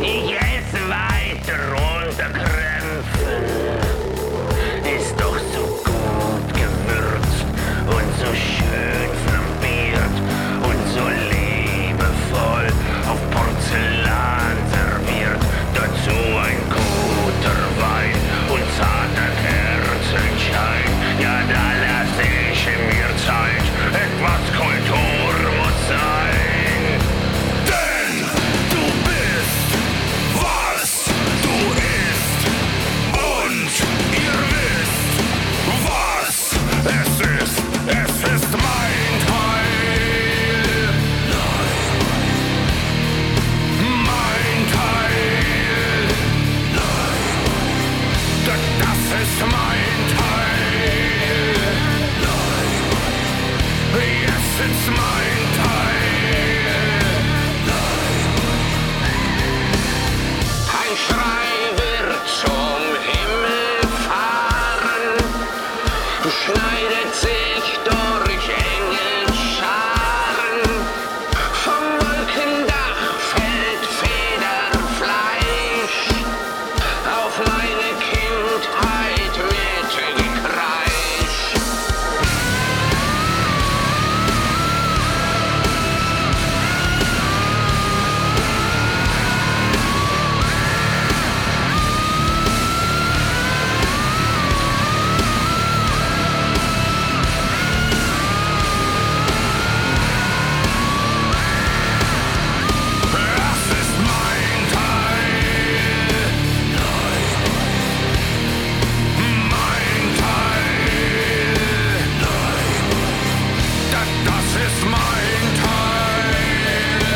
Ich esse weiter unter Krämpfen. Ist doch so gut gewürzt und so schön flambiert und so liebevoll auf Porzellan serviert. Dazu ein guter Wein und zarter Kerzenschein. Ja, da lass ich mir Zeit, etwas Kultur muss sein. Denn du bist, was du isst. Und ihr wisst, was es ist. Es ist mein Teil. Mein Teil. Das ist mein Teil. Yes, it's mein Teil. Ein Schrei wird zum Himmel fahren, schneidet sich durch Engelscharen. Vom Wolkendach fällt Federfleisch auf meine Kindheit mit Gekreisch. Das ist mein Teil. Mein Teil. Das ist mein Teil.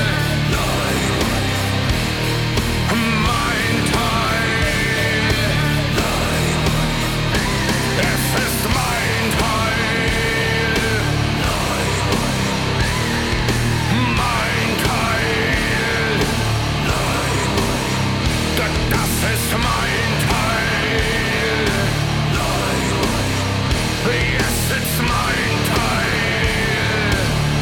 Mein Teil. Es ist mein Teil. Mein Teil. Das ist mein Teil. Yes, it's mein Teil.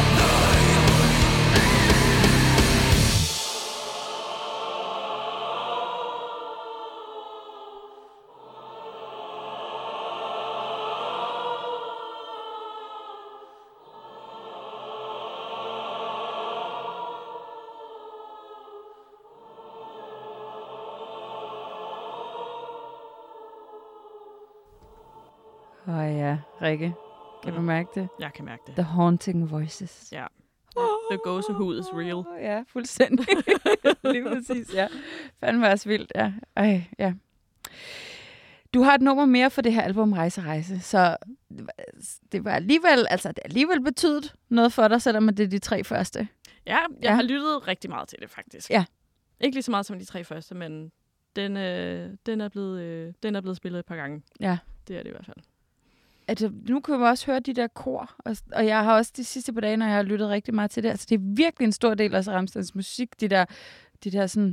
Ja, Rikke. Kan du mærke det? Jeg kan mærke det. The haunting voices. Ja. The gåsehud is real. Ja, fuldstændig. Lige præcis, ja. Fandme også vildt, ja. Ej, ja. Du har et nummer mere for det her album Rejse, så det var alligevel, altså det alligevel betydet noget for dig, selvom det er de 3 første. Ja, jeg har lyttet rigtig meget til det, faktisk. Ja. Ikke lige så meget som de 3 første, men den er blevet spillet et par gange. Ja. Det er det i hvert fald. Altså, nu kan man også høre de der kor, og jeg har også de sidste par dage, når jeg har lyttet rigtig meget til det, altså det er virkelig en stor del af Rammsteins musik, de der sådan,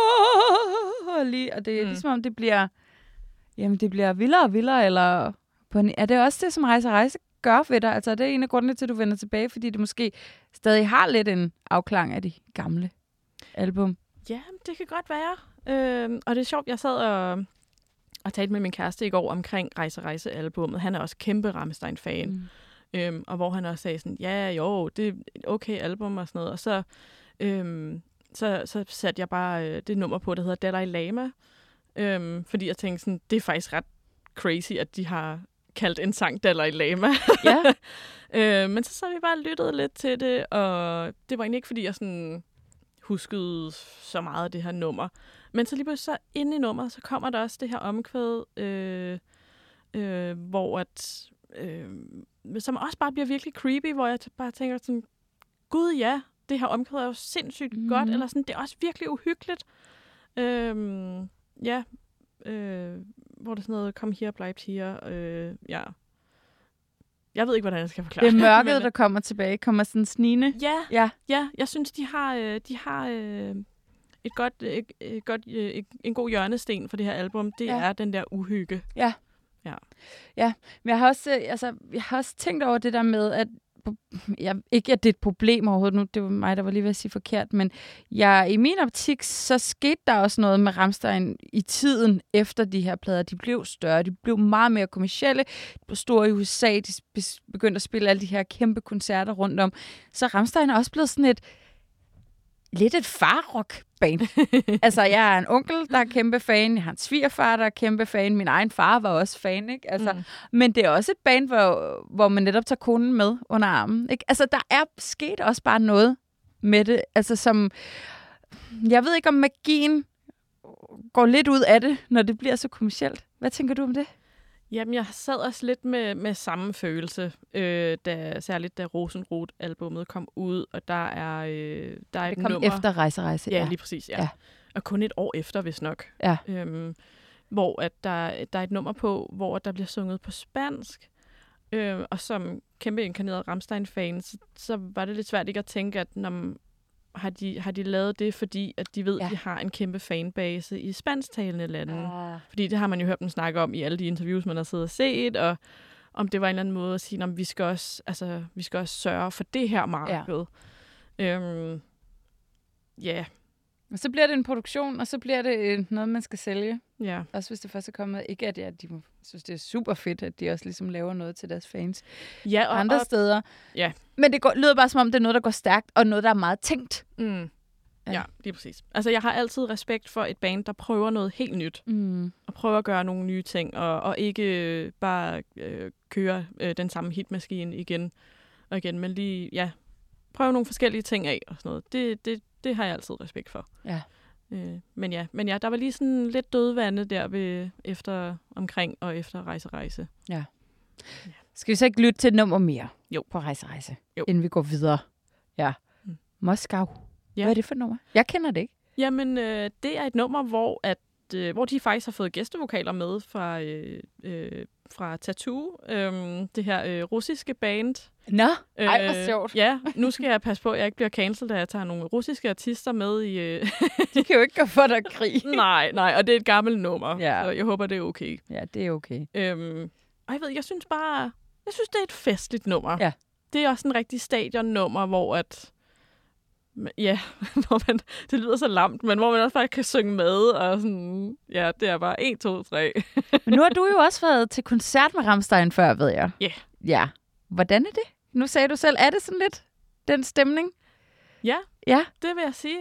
og det er ligesom om det bliver vildere og vildere, eller er det også det, som Rejse gør ved dig? Altså er det en af grundene til, at du vender tilbage, fordi det måske stadig har lidt en afklang af de gamle album? Ja, det kan godt være. Og det er sjovt, jeg sad og talte med min kæreste i går omkring Rejse-albummet. Han er også kæmpe Rammstein-fan. Og hvor han også sagde sådan, ja, jo, det er et okay album og sådan noget. Og så satte jeg bare det nummer på, der hedder Dalai Lama. Fordi jeg tænkte sådan, det er faktisk ret crazy, at de har kaldt en sang Dalai Lama. Ja. Men så vi bare lyttet lidt til det, og det var egentlig ikke, fordi jeg sådan huskede så meget af det her nummer. Men så lige pludselig så inde i nummeret, så kommer der også det her omkvæd, hvor som også bare bliver virkelig creepy, hvor jeg bare tænker sådan, gud ja, det her omkvæd er jo sindssygt godt, eller sådan, det er også virkelig uhyggeligt. Hvor det er sådan noget, kom her, bleibt her, ja. Jeg ved ikke, hvordan jeg skal forklare. Det er mørket, der kommer tilbage, kommer sådan snigende. Ja, jeg synes, de har en god hjørnesten for det her album. Det er den der uhygge. Ja. Men jeg har også tænkt over det der med, at ikke at det er et problem overhovedet nu, det var mig, der var lige ved at sige forkert, men i min optik, så skete der også noget med Rammstein i tiden efter de her plader. De blev større, de blev meget mere kommercielle, de blev store i USA, de begyndte at spille alle de her kæmpe koncerter rundt om. Så Rammstein er også blevet sådan lidt et farrock-band. Altså, jeg er en onkel, der er kæmpe fan. Jeg har en svigerfar, der er kæmpe fan. Min egen far var også fan, ikke? Altså, men det er også et band, hvor man netop tager konen med under armen, ikke? Altså, der er sket også bare noget med det. Altså, som... Jeg ved ikke, om magien går lidt ud af det, når det bliver så kommercielt. Hvad tænker du om det? Jamen, jeg sad også lidt med samme følelse, særligt da Rosenrot-albummet kom ud, og der er et nummer... Det kom efter Rejse. Ja, lige præcis, ja. Og kun et år efter, hvis nok. Ja. Hvor at der er et nummer på, hvor der bliver sunget på spansk, og som kæmpe inkarneret Rammstein-fan, så var det lidt svært ikke at tænke, at har de lavet det, fordi at de ved, at de har en kæmpe fanbase i spansktalende lande. Fordi det har man jo hørt dem snakke om i alle de interviews, man har siddet og set, og om det var en eller anden måde at sige, at vi skal også sørge for det her marked. Ja. Og så bliver det en produktion, og så bliver det noget, man skal sælge. Ja. Også hvis det først er kommet. Ikke at de synes, det er super fedt, at de også ligesom laver noget til deres fans. Ja, og andre steder. Ja. Men det lyder bare som om, det er noget, der går stærkt, og noget, der er meget tænkt. Ja, lige præcis. Altså, jeg har altid respekt for et band, der prøver noget helt nyt. Og prøver at gøre nogle nye ting, og ikke bare køre den samme hitmaskine igen og igen, men lige, prøve nogle forskellige ting af og sådan noget. Det har jeg altid respekt for. Ja. Men ja, der var lige sådan lidt dødvande der efter Rejse. Ja. Skal vi så ikke lytte til et nummer mere på Rejse? Jo. Inden vi går videre? Ja. Moskau. Ja. Hvad er det for et nummer? Jeg kender det ikke. Jamen, det er et nummer, hvor de faktisk har fået gæstevokaler med fra Tattoo, det her russiske band. Nå, hvor sjovt. Ja, nu skal jeg passe på, at jeg ikke bliver cancelled, da jeg tager nogle russiske artister med i... De kan jo ikke gå for dig krig. Nej, og det er et gammelt nummer, så jeg håber, det er okay. Ja, det er okay. Og jeg synes, det er et festligt nummer. Ja. Det er også en rigtig stadionnummer, hvor at... Ja, det lyder så lamt, men hvor man også faktisk kan synge med, og sådan, ja, det er bare 1, 2, 3. Men nu har du jo også været til koncert med Rammstein før, ved jeg. Ja. Ja. Hvordan er det? Nu sagde du selv, er det sådan lidt den stemning? Ja, det vil jeg sige.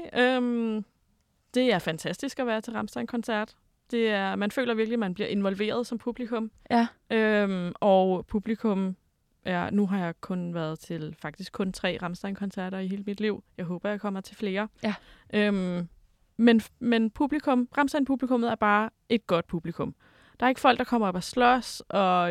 Det er fantastisk at være til Rammstein-koncert. Man føler virkelig, at man bliver involveret som publikum. Ja. Og publikum... Ja, nu har jeg kun været til faktisk kun 3 Rammstein-koncerter i hele mit liv. Jeg håber, jeg kommer til flere. Ja. Men Rammstein-publikummet er bare et godt publikum. Der er ikke folk, der kommer op og slås, og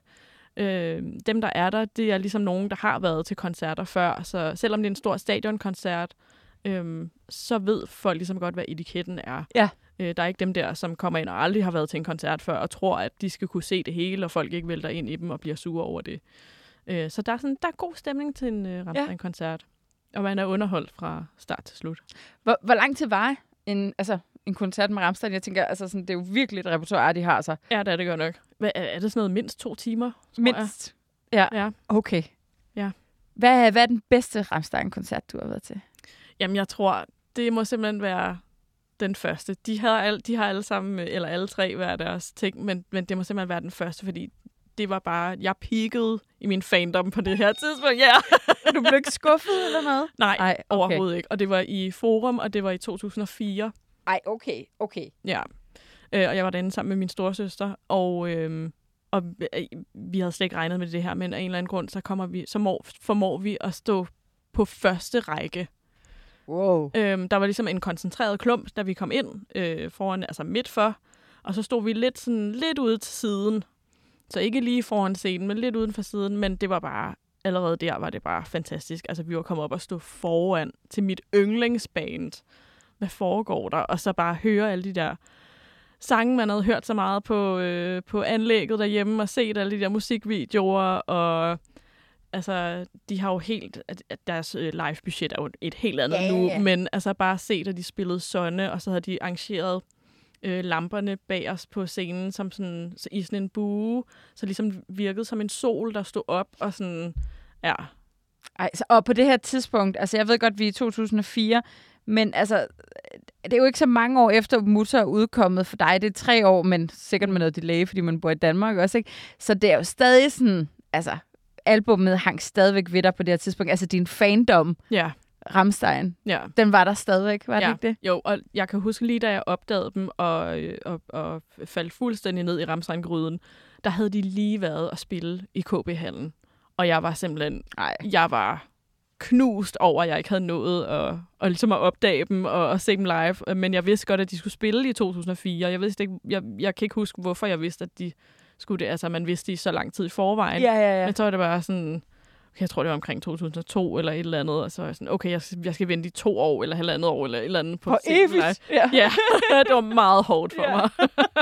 dem, der er der, det er ligesom nogen, der har været til koncerter før. Så selvom det er en stor stadionkoncert, så ved folk ligesom godt, hvad etiketten er. Ja. Der er ikke dem der, som kommer ind og aldrig har været til en koncert før, og tror, at de skal kunne se det hele, og folk ikke vælter ind i dem og bliver sure over det. Så der er god stemning til en Rammstein-koncert, og man er underholdt fra start til slut. Hvor lang tid var en koncert med Rammstein? Jeg tænker, altså, sådan, det er jo virkelig et repertoire, de har så. Ja, det godt nok. Er det sådan noget mindst 2 timer? Mindst? Ja. Okay. Ja. Hvad er den bedste Rammstein-koncert, du har været til? Jamen, jeg tror, det må simpelthen være den første. De har alle sammen, eller alle 3 hver deres ting, men det må simpelthen være den første, fordi det var bare, jeg peakede i min fandom på det her tidspunkt. Ja. Du blev ikke skuffet eller noget? Nej, okay. Overhovedet ikke. Og det var i Forum, og det var i 2004. Ej, okay. Ja. Og jeg var derinde sammen med min storesøster, og vi havde slet ikke regnet med det her, men af en eller anden grund, så formår vi at stå på første række. Wow. Der var ligesom en koncentreret klump, da vi kom ind foran, altså midt for, og så stod vi lidt ude til siden. Så ikke lige foran scenen, men lidt uden for siden, men det var bare, allerede der var det bare fantastisk. Altså, vi var kommet op og stå foran til mit yndlingsband. Hvad foregår der? Og så bare høre alle de der sange, man havde hørt så meget på anlægget derhjemme, og set alle de der musikvideoer, og altså, de har jo deres live-budget er jo et helt andet nu, men altså bare set, at de spillede Sonne, og så havde de arrangeret lamperne bag os på scenen som i sådan en bue, så ligesom virkede som en sol, der stod op, og sådan, ja, Og på det her tidspunkt, altså jeg ved godt, vi er i 2004, men altså, det er jo ikke så mange år efter Mutter er udkommet for dig. Det er 3 år, men sikkert med noget delay, fordi man bor i Danmark også, ikke? Så det er jo stadig sådan, altså, albummet hang stadigvæk ved dig på det her tidspunkt. Altså din fandom, Rammstein, den var der stadigvæk, var det ikke det? Jo, og jeg kan huske lige, da jeg opdagede dem og faldt fuldstændig ned i Rammstein-gryden, der havde de lige været at spille i KB-hallen. Og jeg var simpelthen, jeg var knust over, at jeg ikke havde nået at ligesom at opdage dem og se dem live. Men jeg vidste godt, at de skulle spille i 2004. Jeg vidste ikke, jeg kan ikke huske, hvorfor jeg vidste, at de skulle det. Altså, man vidste det i så lang tid i forvejen. Ja. Men så var det bare sådan, jeg tror, det var omkring 2002 eller et eller andet. Og så var jeg sådan, okay, jeg skal vente i 2 år eller 1,5 år eller et eller andet. På evigt? Ja, det var meget hårdt for mig.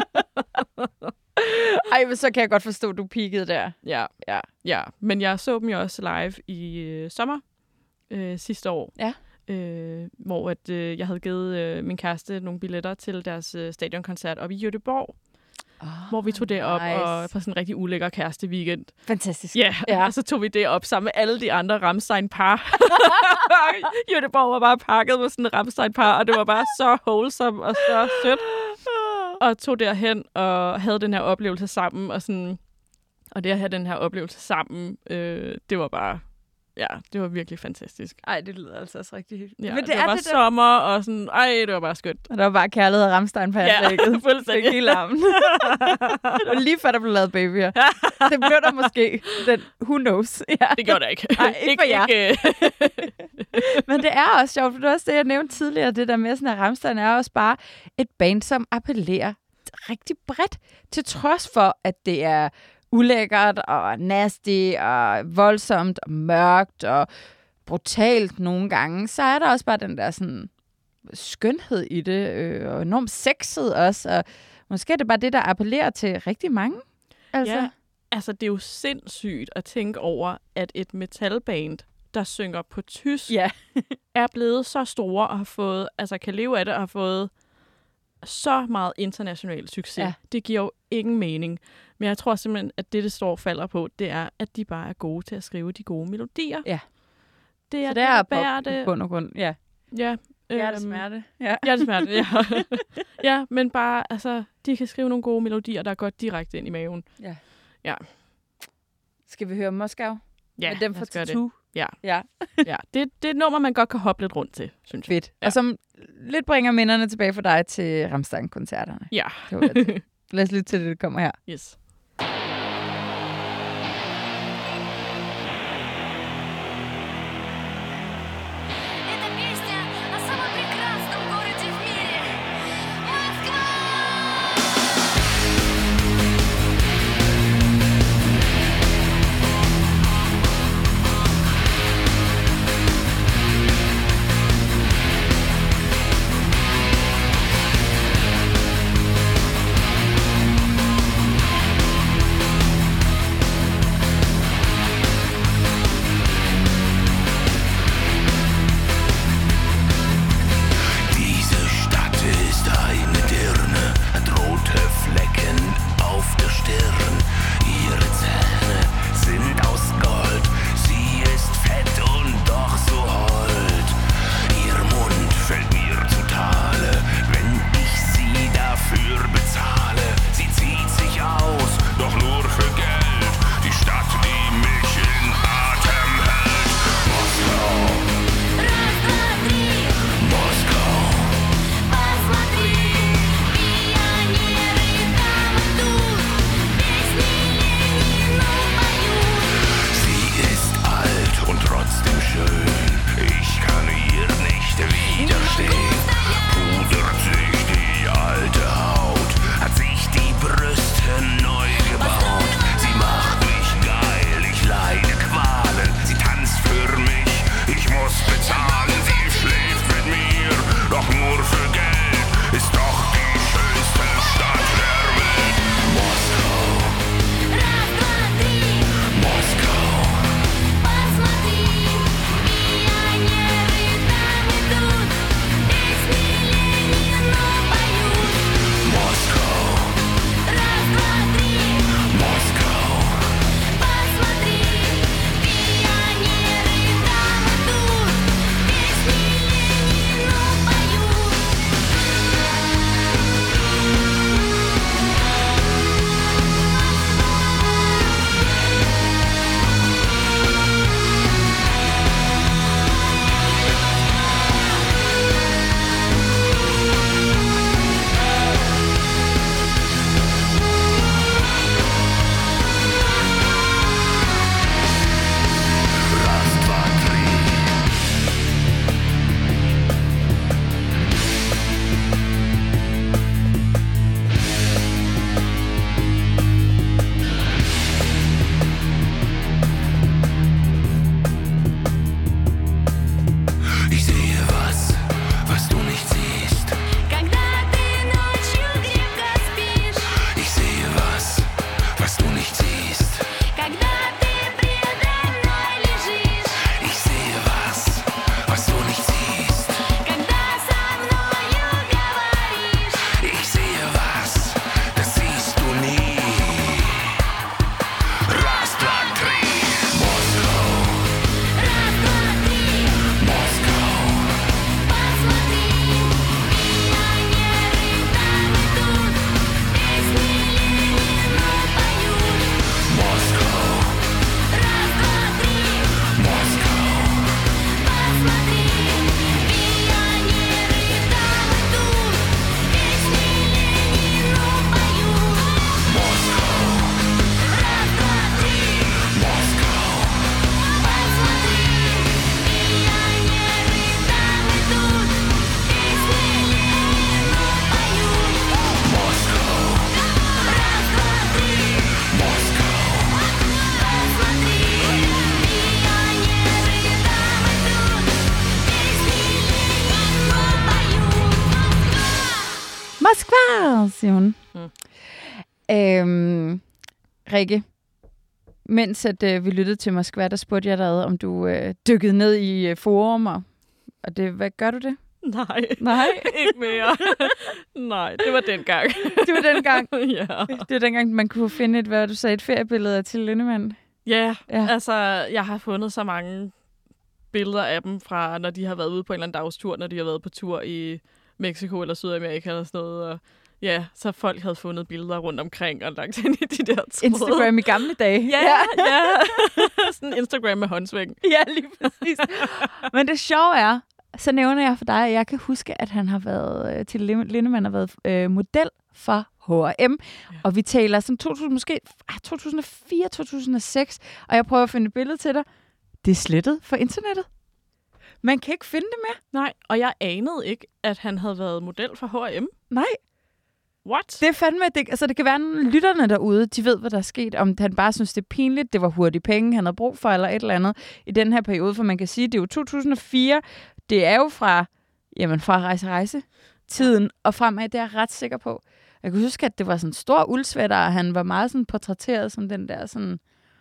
Ej, men så kan jeg godt forstå, at du peakede der. Ja. Men jeg så dem jo også live i sommer sidste år. Ja. Hvor jeg havde givet min kæreste nogle billetter til deres stadionkoncert op i Göteborg. Hvor vi tog det op og på sådan en rigtig ulækker kæreste weekend. Fantastisk. Ja, og så tog vi det op sammen med alle de andre Rammstein-par. Göteborg var bare pakket med sådan en Rammstein-par, og det var bare så wholesome og så sødt. Og tog derhen og havde den her oplevelse sammen. Og det at have den her oplevelse sammen, det var bare... Ja, det var virkelig fantastisk. Ej, det lyder altså også rigtig hyggeligt. Ja, men det var bare sommer, og sådan, det var bare skønt. Og der var bare kærlighed og Rammstein på anlægget. Ja, fuldstændig. Hele armen. Det var lige før, der blev lavet babyer. Det blev der måske. Who knows? Ja. Det gjorde der ikke. Nej, ikke for jer. Men det er også sjovt, for det er også det, jeg nævnte tidligere. Det der med sådan, at Rammstein er også bare et band, som appellerer rigtig bredt, til trods for, at det er ulækkert og nasty og voldsomt og mørkt og brutalt nogle gange, så er der også bare den der sådan skønhed i det, og enormt sexet også, og måske er det bare det, der appellerer til rigtig mange. Altså. Ja, altså det er jo sindssygt at tænke over, at et metalband, der synger på tysk, er blevet så store og har fået, altså kan leve af det og har fået så meget international succes. Ja. Det giver jo ingen mening. Men jeg tror simpelthen, at det står og falder på, det er, at de bare er gode til at skrive de gode melodier. Ja. Det er, så det er på bund og grund. Ja. Ja. Hjertesmerte. Ja. Hjertesmerte, ja. Ja, men bare, altså, de kan skrive nogle gode melodier, der går direkte ind i maven. Ja. Skal vi høre Moskau? Ja, med dem for Tattoo. Ja. Det er et nummer, man godt kan hoppe lidt rundt til, synes jeg. Fedt. Ja. Og som lidt bringer minderne tilbage for dig til Rammstein-koncerterne. Ja. Lad os lytte til det kommer her. Yes. It's Moskva, siger hun. Rikke, mens vi lyttede til Moskva, der spurgte jeg dig, om du dykkede ned i forumer. Og hvad gør du det? Nej, Nej. ikke mere. Nej, det var dengang. Det var dengang? Ja. Det var dengang, man kunne finde et feriebillede af Till Lindemann. Ja, altså, jeg har fundet så mange billeder af dem fra, når de har været ude på en eller anden dagstur, når de har været på tur i Mexico eller Sydamerika eller sådan noget. Og ja, så folk havde fundet billeder rundt omkring og lagt ind i de der tråde. Instagram i gamle dage. Ja. Sådan Instagram med håndsving. Ja, lige præcis. Men det sjove er, så nævner jeg for dig, at jeg kan huske, at han har været, Till Lindemann har været model for H&M. Ja. Og vi taler sådan 2004-2006, og jeg prøver at finde et billede til dig. Det er slettet fra internettet. Man kan ikke finde det mere. Nej, og jeg anede ikke, at han havde været model for H&M. Nej. What? Det er fandme, det kan være nogle lytterne derude, de ved, hvad der er sket. Om han bare synes, det er pinligt, det var hurtige penge, han havde brug for, eller et eller andet i den her periode. For man kan sige, det er jo 2004. Det er jo fra rejse-tiden og fremad, det er jeg ret sikker på. Jeg kan huske, at det var sådan en stor uldsvætter, og han var meget sådan portrætteret som den der sådan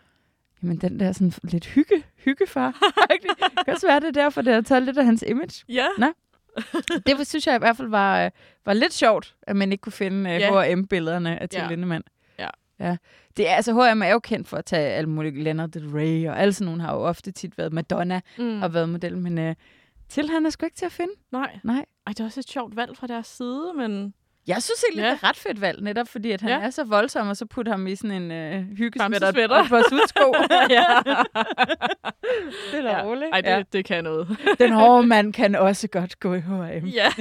lidt hyggefar. Det kan også være det derfor, det har taget lidt af hans image. Ja. Nå. Det synes jeg i hvert fald var lidt sjovt, at man ikke kunne finde H&M-billederne af Till Lindemann. Ja. Det er, altså H&M er jo kendt for at tage alle mulige Lana Del Rey, og alle sådan nogle har jo ofte tit været Madonna og været model, men Till han er sgu ikke til at finde. Nej. Ej, det er også et sjovt valg fra deres side, men... Jeg synes egentlig, det er ret fedt valg, netop fordi at han er så voldsom, og så putter ham i sådan en hyggesvætter og på sudsko. Ja. Det er da roligt. Ej, det kan noget. Den hårde mand kan også godt gå i H&M. Ja.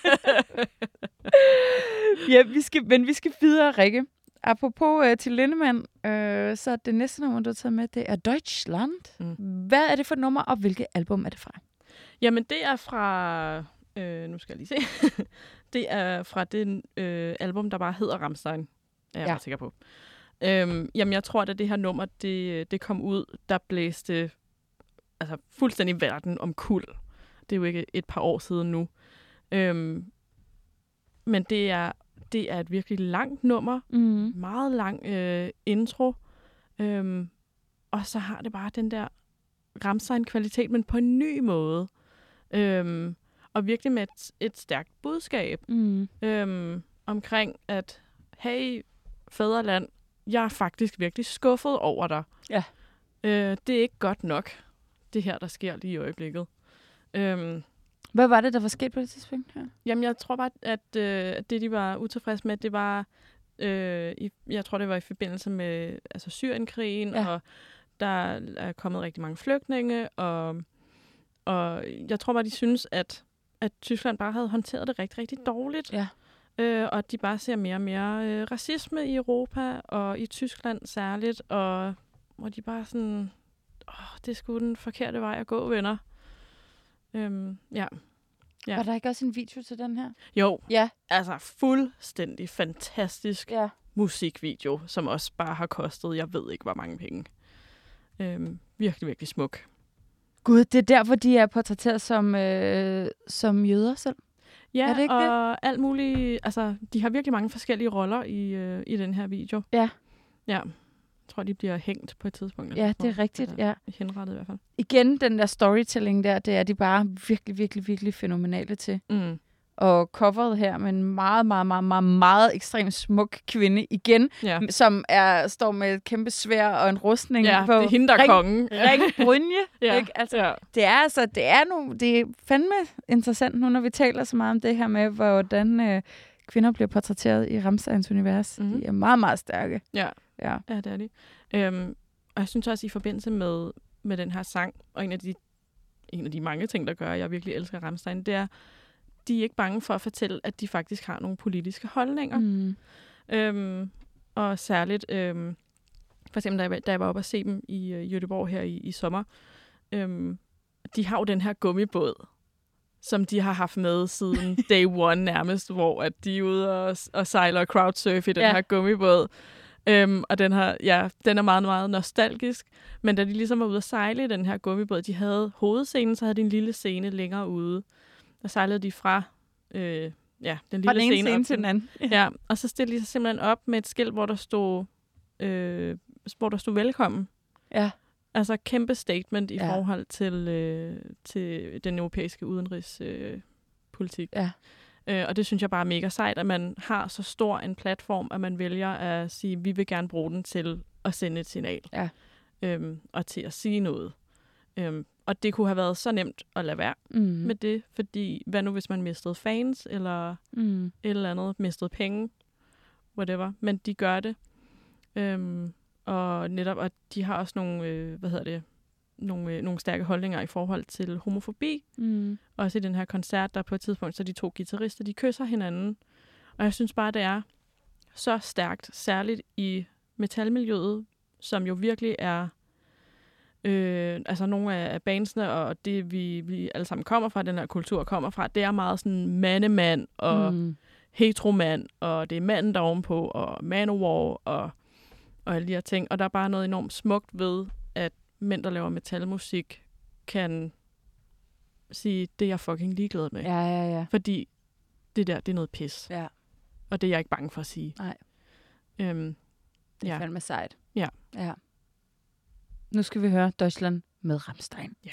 Ja, vi skal videre, Rikke. Apropos Till Lindemann, så det næste nummer, du har taget med, det er Deutschland. Hvad er det for et nummer, og hvilket album er det fra? Jamen, det er fra... nu skal jeg lige se. Det er fra det album, der bare hedder Rammstein. Er jeg ret sikker på. Jamen, jeg tror, at det her nummer, det kom ud, der blæste altså, fuldstændig verden om kul. Det er jo ikke et par år siden nu. Men det er et virkelig langt nummer. Meget lang intro. Og så har det bare den der Rammstein-kvalitet, men på en ny måde. Og virkelig med et stærkt budskab omkring, at hey, fædreland, jeg er faktisk virkelig skuffet over dig. Ja. Det er ikke godt nok, det her, der sker lige i øjeblikket. Hvad var det, der var sket på det tidspunkt her? Jamen, jeg tror bare, at det, de var utilfredse med, det var, jeg tror, det var i forbindelse med Syrienkrigen, og der er kommet rigtig mange flygtninge, og jeg tror bare, de synes, at Tyskland bare havde håndteret det rigtig, rigtig dårligt. Ja. Og at de bare ser mere og mere racisme i Europa, og i Tyskland særligt, og hvor de bare sådan, det er sgu den forkerte vej at gå, venner. Ja. Var der ikke også en video til den her? Jo. Ja. Altså fuldstændig fantastisk musikvideo, som også bare har kostet, jeg ved ikke, hvor mange penge. Virkelig, virkelig smuk. Gud, det er derfor, de er portrætteret som jøder selv? Ja, er det ikke og det? alt muligt. Altså, de har virkelig mange forskellige roller i den her video. Ja. Ja. Jeg tror, de bliver hængt på et tidspunkt. Ja, det er rigtigt, ja. Henrettet i hvert fald. Igen, den der storytelling der, det er de bare virkelig, virkelig, virkelig fænomenale til. Og coveret her med en meget, meget, meget, meget, meget ekstremt smuk kvinde igen, som står med et kæmpe sværd og en rustning på. Ja, det er hende, der er kongen. Ring brynje. Ikke? Altså, det er fandme interessant nu, når vi taler så meget om det her med, hvordan kvinder bliver portrætteret i Rammsteins univers. De er meget, meget stærke. Ja, det er de. Og jeg synes også, i forbindelse med den her sang, og en af de mange ting, der gør, at jeg virkelig elsker Rammstein, det er, de er ikke bange for at fortælle, at de faktisk har nogle politiske holdninger. Og særligt, for eksempel, da jeg var oppe at se dem i Göteborg her i sommer, de har jo den her gummibåd, som de har haft med siden day one nærmest, hvor at de er ude og sejler og crowdsurfe i den her gummibåd. Og den er meget, meget nostalgisk. Men da de ligesom var ude at sejle i den her gummibåd, de havde hovedscenen, så havde de en lille scene længere ude. Der sejlede de fra ja, den Fra lille den ene scene scene op til den anden. Ja, og så stillede de sig simpelthen op med et skilt, hvor der stod velkommen. Ja. Altså kæmpe statement i Ja. forhold til den europæiske udenrigspolitik. Og det synes jeg bare er mega sejt, at man har så stor en platform, at man vælger at sige, vi vil gerne bruge den til at sende et signal. Ja. Og til at sige noget. Og det kunne have været så nemt at lade være med det, fordi hvad nu hvis man mistede fans, eller et eller andet, mistede penge, whatever. Men de gør det. Og netop, at de har også nogle, nogle stærke holdninger i forhold til homofobi. Også i den her koncert, der på et tidspunkt, så de to guitarister, de kysser hinanden. Og jeg synes bare, det er så stærkt, særligt i metalmiljøet, som jo virkelig er altså nogle af bandsene, og det vi alle sammen kommer fra, den her kultur kommer fra, det er meget sådan mandemand og heteromand, og det er manden der ovenpå, og Manowar, og alle de her ting. Og der er bare noget enormt smukt ved, at mænd, der laver metalmusik, kan sige, det er jeg fucking ligeglad med. Ja. Fordi det der, det er noget pis. Ja. Og det er jeg ikke bange for at sige. Nej. Det er fandme sejt. Ja. Nu skal vi høre Deutschland med Rammstein. Ja.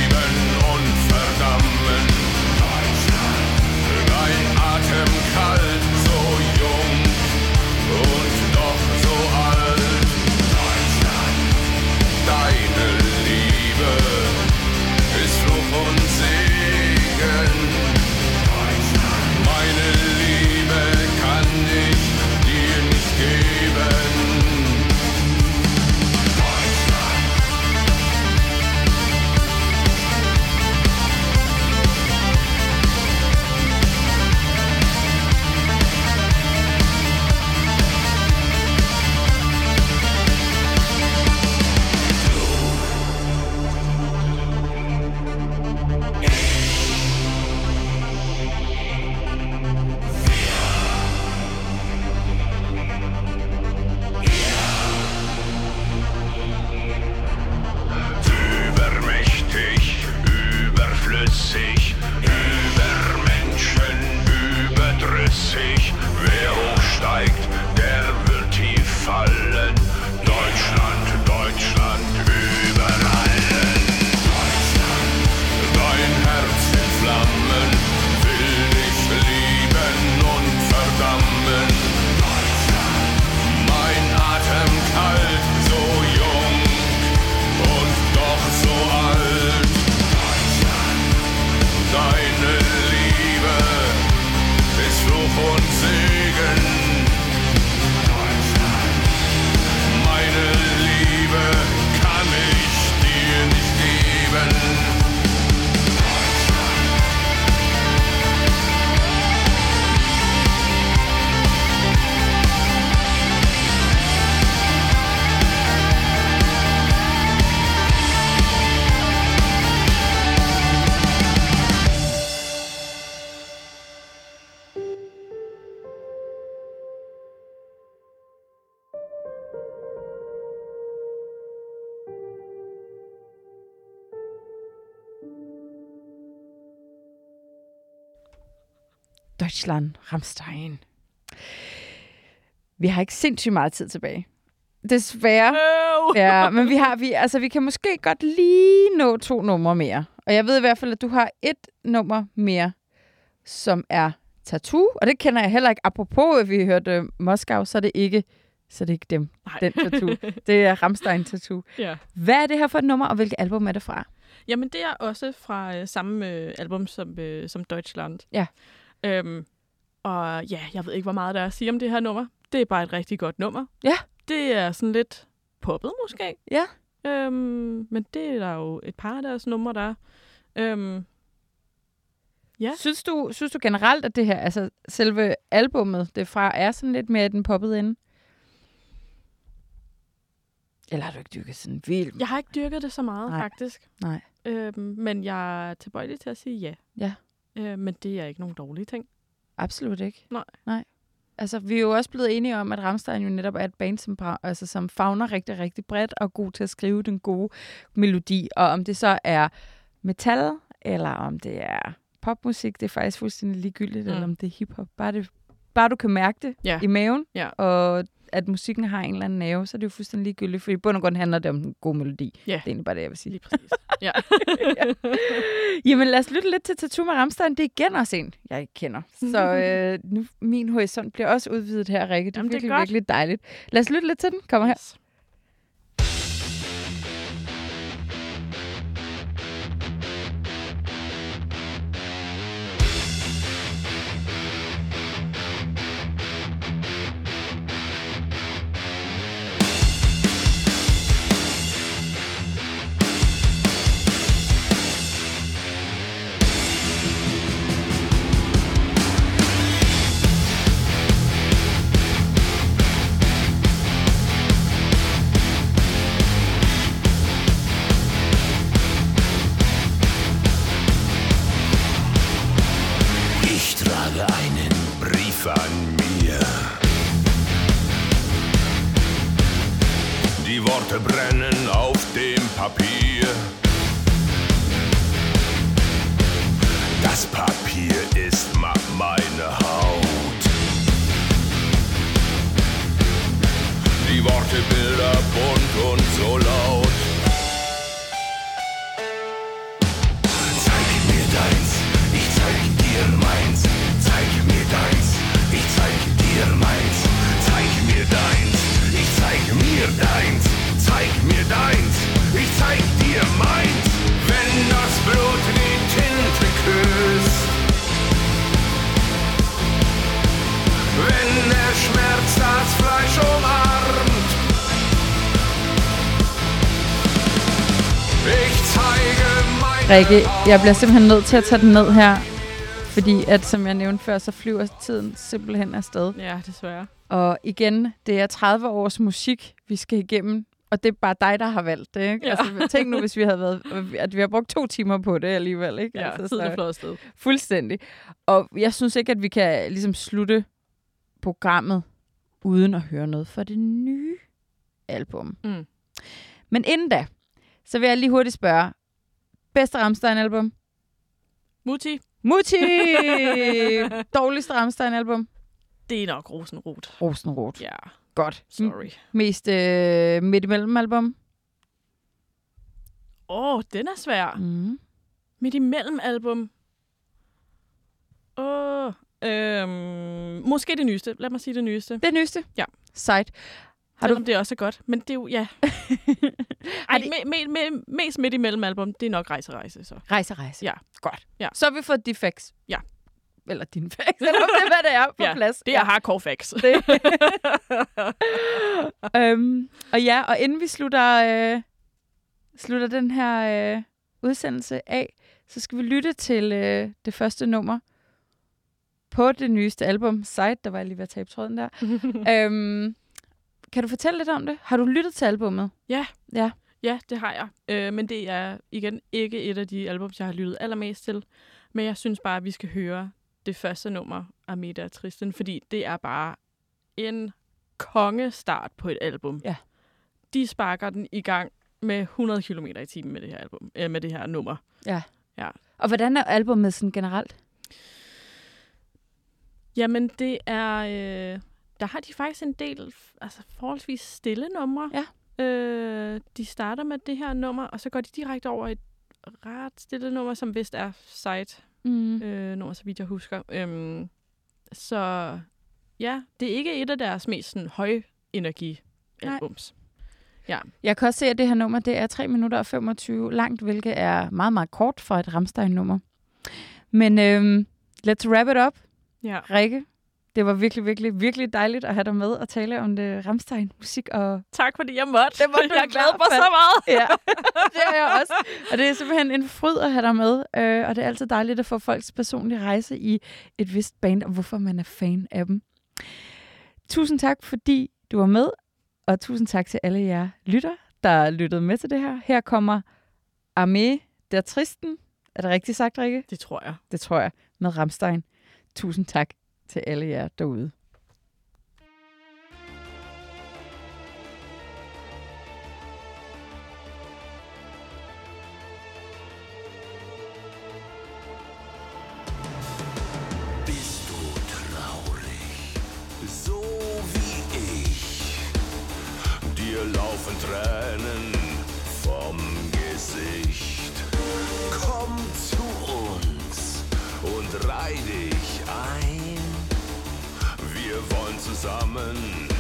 Dein Atem kalt. Deutschland, Rammstein. Vi har ikke sindssygt meget tid tilbage. Desværre. Ja, men vi kan måske godt lige nå 2 numre mere. Og jeg ved i hvert fald, at du har 1 nummer mere, som er Tattoo. Og det kender jeg heller ikke. Apropos, at vi hørte Moskau, så er det ikke dem. Nej. Den Tattoo. Det er Rammstein Tattoo. Ja. Hvad er det her for et nummer, og hvilket album er det fra? Jamen, det er også fra samme album som Deutschland. Ja. Og ja, jeg ved ikke, hvor meget der er at sige om det her nummer. Det er bare et rigtig godt nummer. Ja. Det er sådan lidt poppet måske. Ja. Men det er der jo et par af deres numre, der er. Ja. Synes du generelt, at det her, altså selve albummet, det fra er sådan lidt mere den poppede ende? Eller har du ikke dyrket sådan vildt? Jeg har ikke dyrket det så meget, Nej. faktisk. Nej. Men jeg er tilbøjelig til at sige ja. Ja. Men det er ikke nogen dårlige ting. Absolut ikke. Nej. Altså, vi er jo også blevet enige om, at Rammstein jo netop er et band, som favner rigtig, rigtig bredt og god til at skrive den gode melodi. Og om det så er metal, eller om det er popmusik, det er faktisk fuldstændig ligegyldigt, eller om det er hiphop. Bare du kan mærke det i maven, og at musikken har en eller anden nerve, så er det jo fuldstændig ligegyldigt, for i bund og grund handler det om en god melodi. Ja. Det er egentlig bare det, jeg vil sige. Lige præcis. Ja. Ja. Jamen lad os lytte lidt til Tattoo med Rammstein. Det er igen også en, jeg ikke kender. Så nu min horisont bliver også udvidet her, Rikke. Det er virkelig, virkelig dejligt. Lad os lytte lidt til den. Kommer her. Yes. an mir. Die Worte brennen auf dem Papier. Das Papier ist meine Haut. Die Worte Bilder bunt und so laut. Zeig mir deins, ich zeig dir meins. Zeig mir deins, ich zeig dir meins. Zeig mir deins, ich zeig mir deins. Zeig mir deins, ich zeig dir meins. Wenn das Blut die Tinte küsst, wenn der Schmerz das Fleisch umarmt, ich zeige meine Rikke, jeg bliver simpelthen nødt til at tage den ned her, fordi at, som jeg nævnte før, så flyver tiden simpelthen afsted. Ja, desværre. Og igen, det er 30 års musik, vi skal igennem, og det er bare dig, der har valgt det, ikke? Ja. Altså, tænk nu, hvis vi havde været, at vi har brugt 2 timer på det alligevel, ikke? Ja, altså, tiden er flået afsted. Fuldstændig. Og jeg synes ikke, at vi kan ligesom slutte programmet uden at høre noget fra det nye album. Mm. Men inden da, så vil jeg lige hurtigt spørge, bedste Rammstein-album? Mutti, Mutti! Dårligste Rammstein-album? det er nok Rosenrot. Rosenrot. Ja, Godt. sorry. Mest midt imellem album? Den er svær. Mm. Midt imellem album. Måske det nyeste. Lad mig sige det nyeste. Det nyeste? Ja. Sejt. Har Selvom det også er godt. Men det er jo, ja. Mest midt imellem album, det er nok Rejse. Så. Rejse. Ja. Godt. Ja. Så har vi fået de facts. Ja. Eller din facts. Eller om det er, hvad det er på plads. Det er hardcore facts. Og inden vi slutter den her udsendelse af, så skal vi lytte til det første nummer på det nyeste album, Side. Der var jeg lige ved at tabe tråden der. Kan du fortælle lidt om det? Har du lyttet til albummet? Ja. Ja. Ja, det har jeg. Men det er igen ikke et af de album, jeg har lyttet allermest til. Men jeg synes bare, at vi skal høre det første nummer, Amida Tristen, fordi det er bare en kongestart på et album. Ja. De sparker den i gang med 100 km/t med det her album, med det her nummer. Ja. Ja. Og hvordan er albummet sådan generelt? Jamen, det er... der har de faktisk en del forholdsvis stille numre. Ja. De starter med det her nummer, og så går de direkte over et ret stille nummer, som vist er nummer, så vidt jeg husker. Så ja, det er ikke et af deres mest sådan, høj-energi-albums. Ja. Jeg kan også se, at det her nummer, det er 3 minutter og 25 langt, hvilket er meget, meget kort for et Rammstein-nummer. Men let's wrap it up. Ja. Rikke, det var virkelig, virkelig, virkelig dejligt at have dig med og tale om det Rammstein-musik. Og Tak, fordi jeg måtte. Det måtte jeg er glad for så meget. Ja, det er jeg også. Og det er simpelthen en fryd at have dig med. Og det er altid dejligt at få folks personlige rejse i et vist band, og hvorfor man er fan af dem. Tusind tak, fordi du var med. Og tusind tak til alle jer lytter, der lyttede med til det her. Her kommer Armé der Tristen. Er det rigtigt sagt, Rikke? Det tror jeg. Det tror jeg. Med Rammstein. Tusind tak til alle jer derude. Bist du traurig, so wie ich? Dir laufen Tränen vom Gesicht. Komm zu uns und reih dich ein. Wir wollen zusammen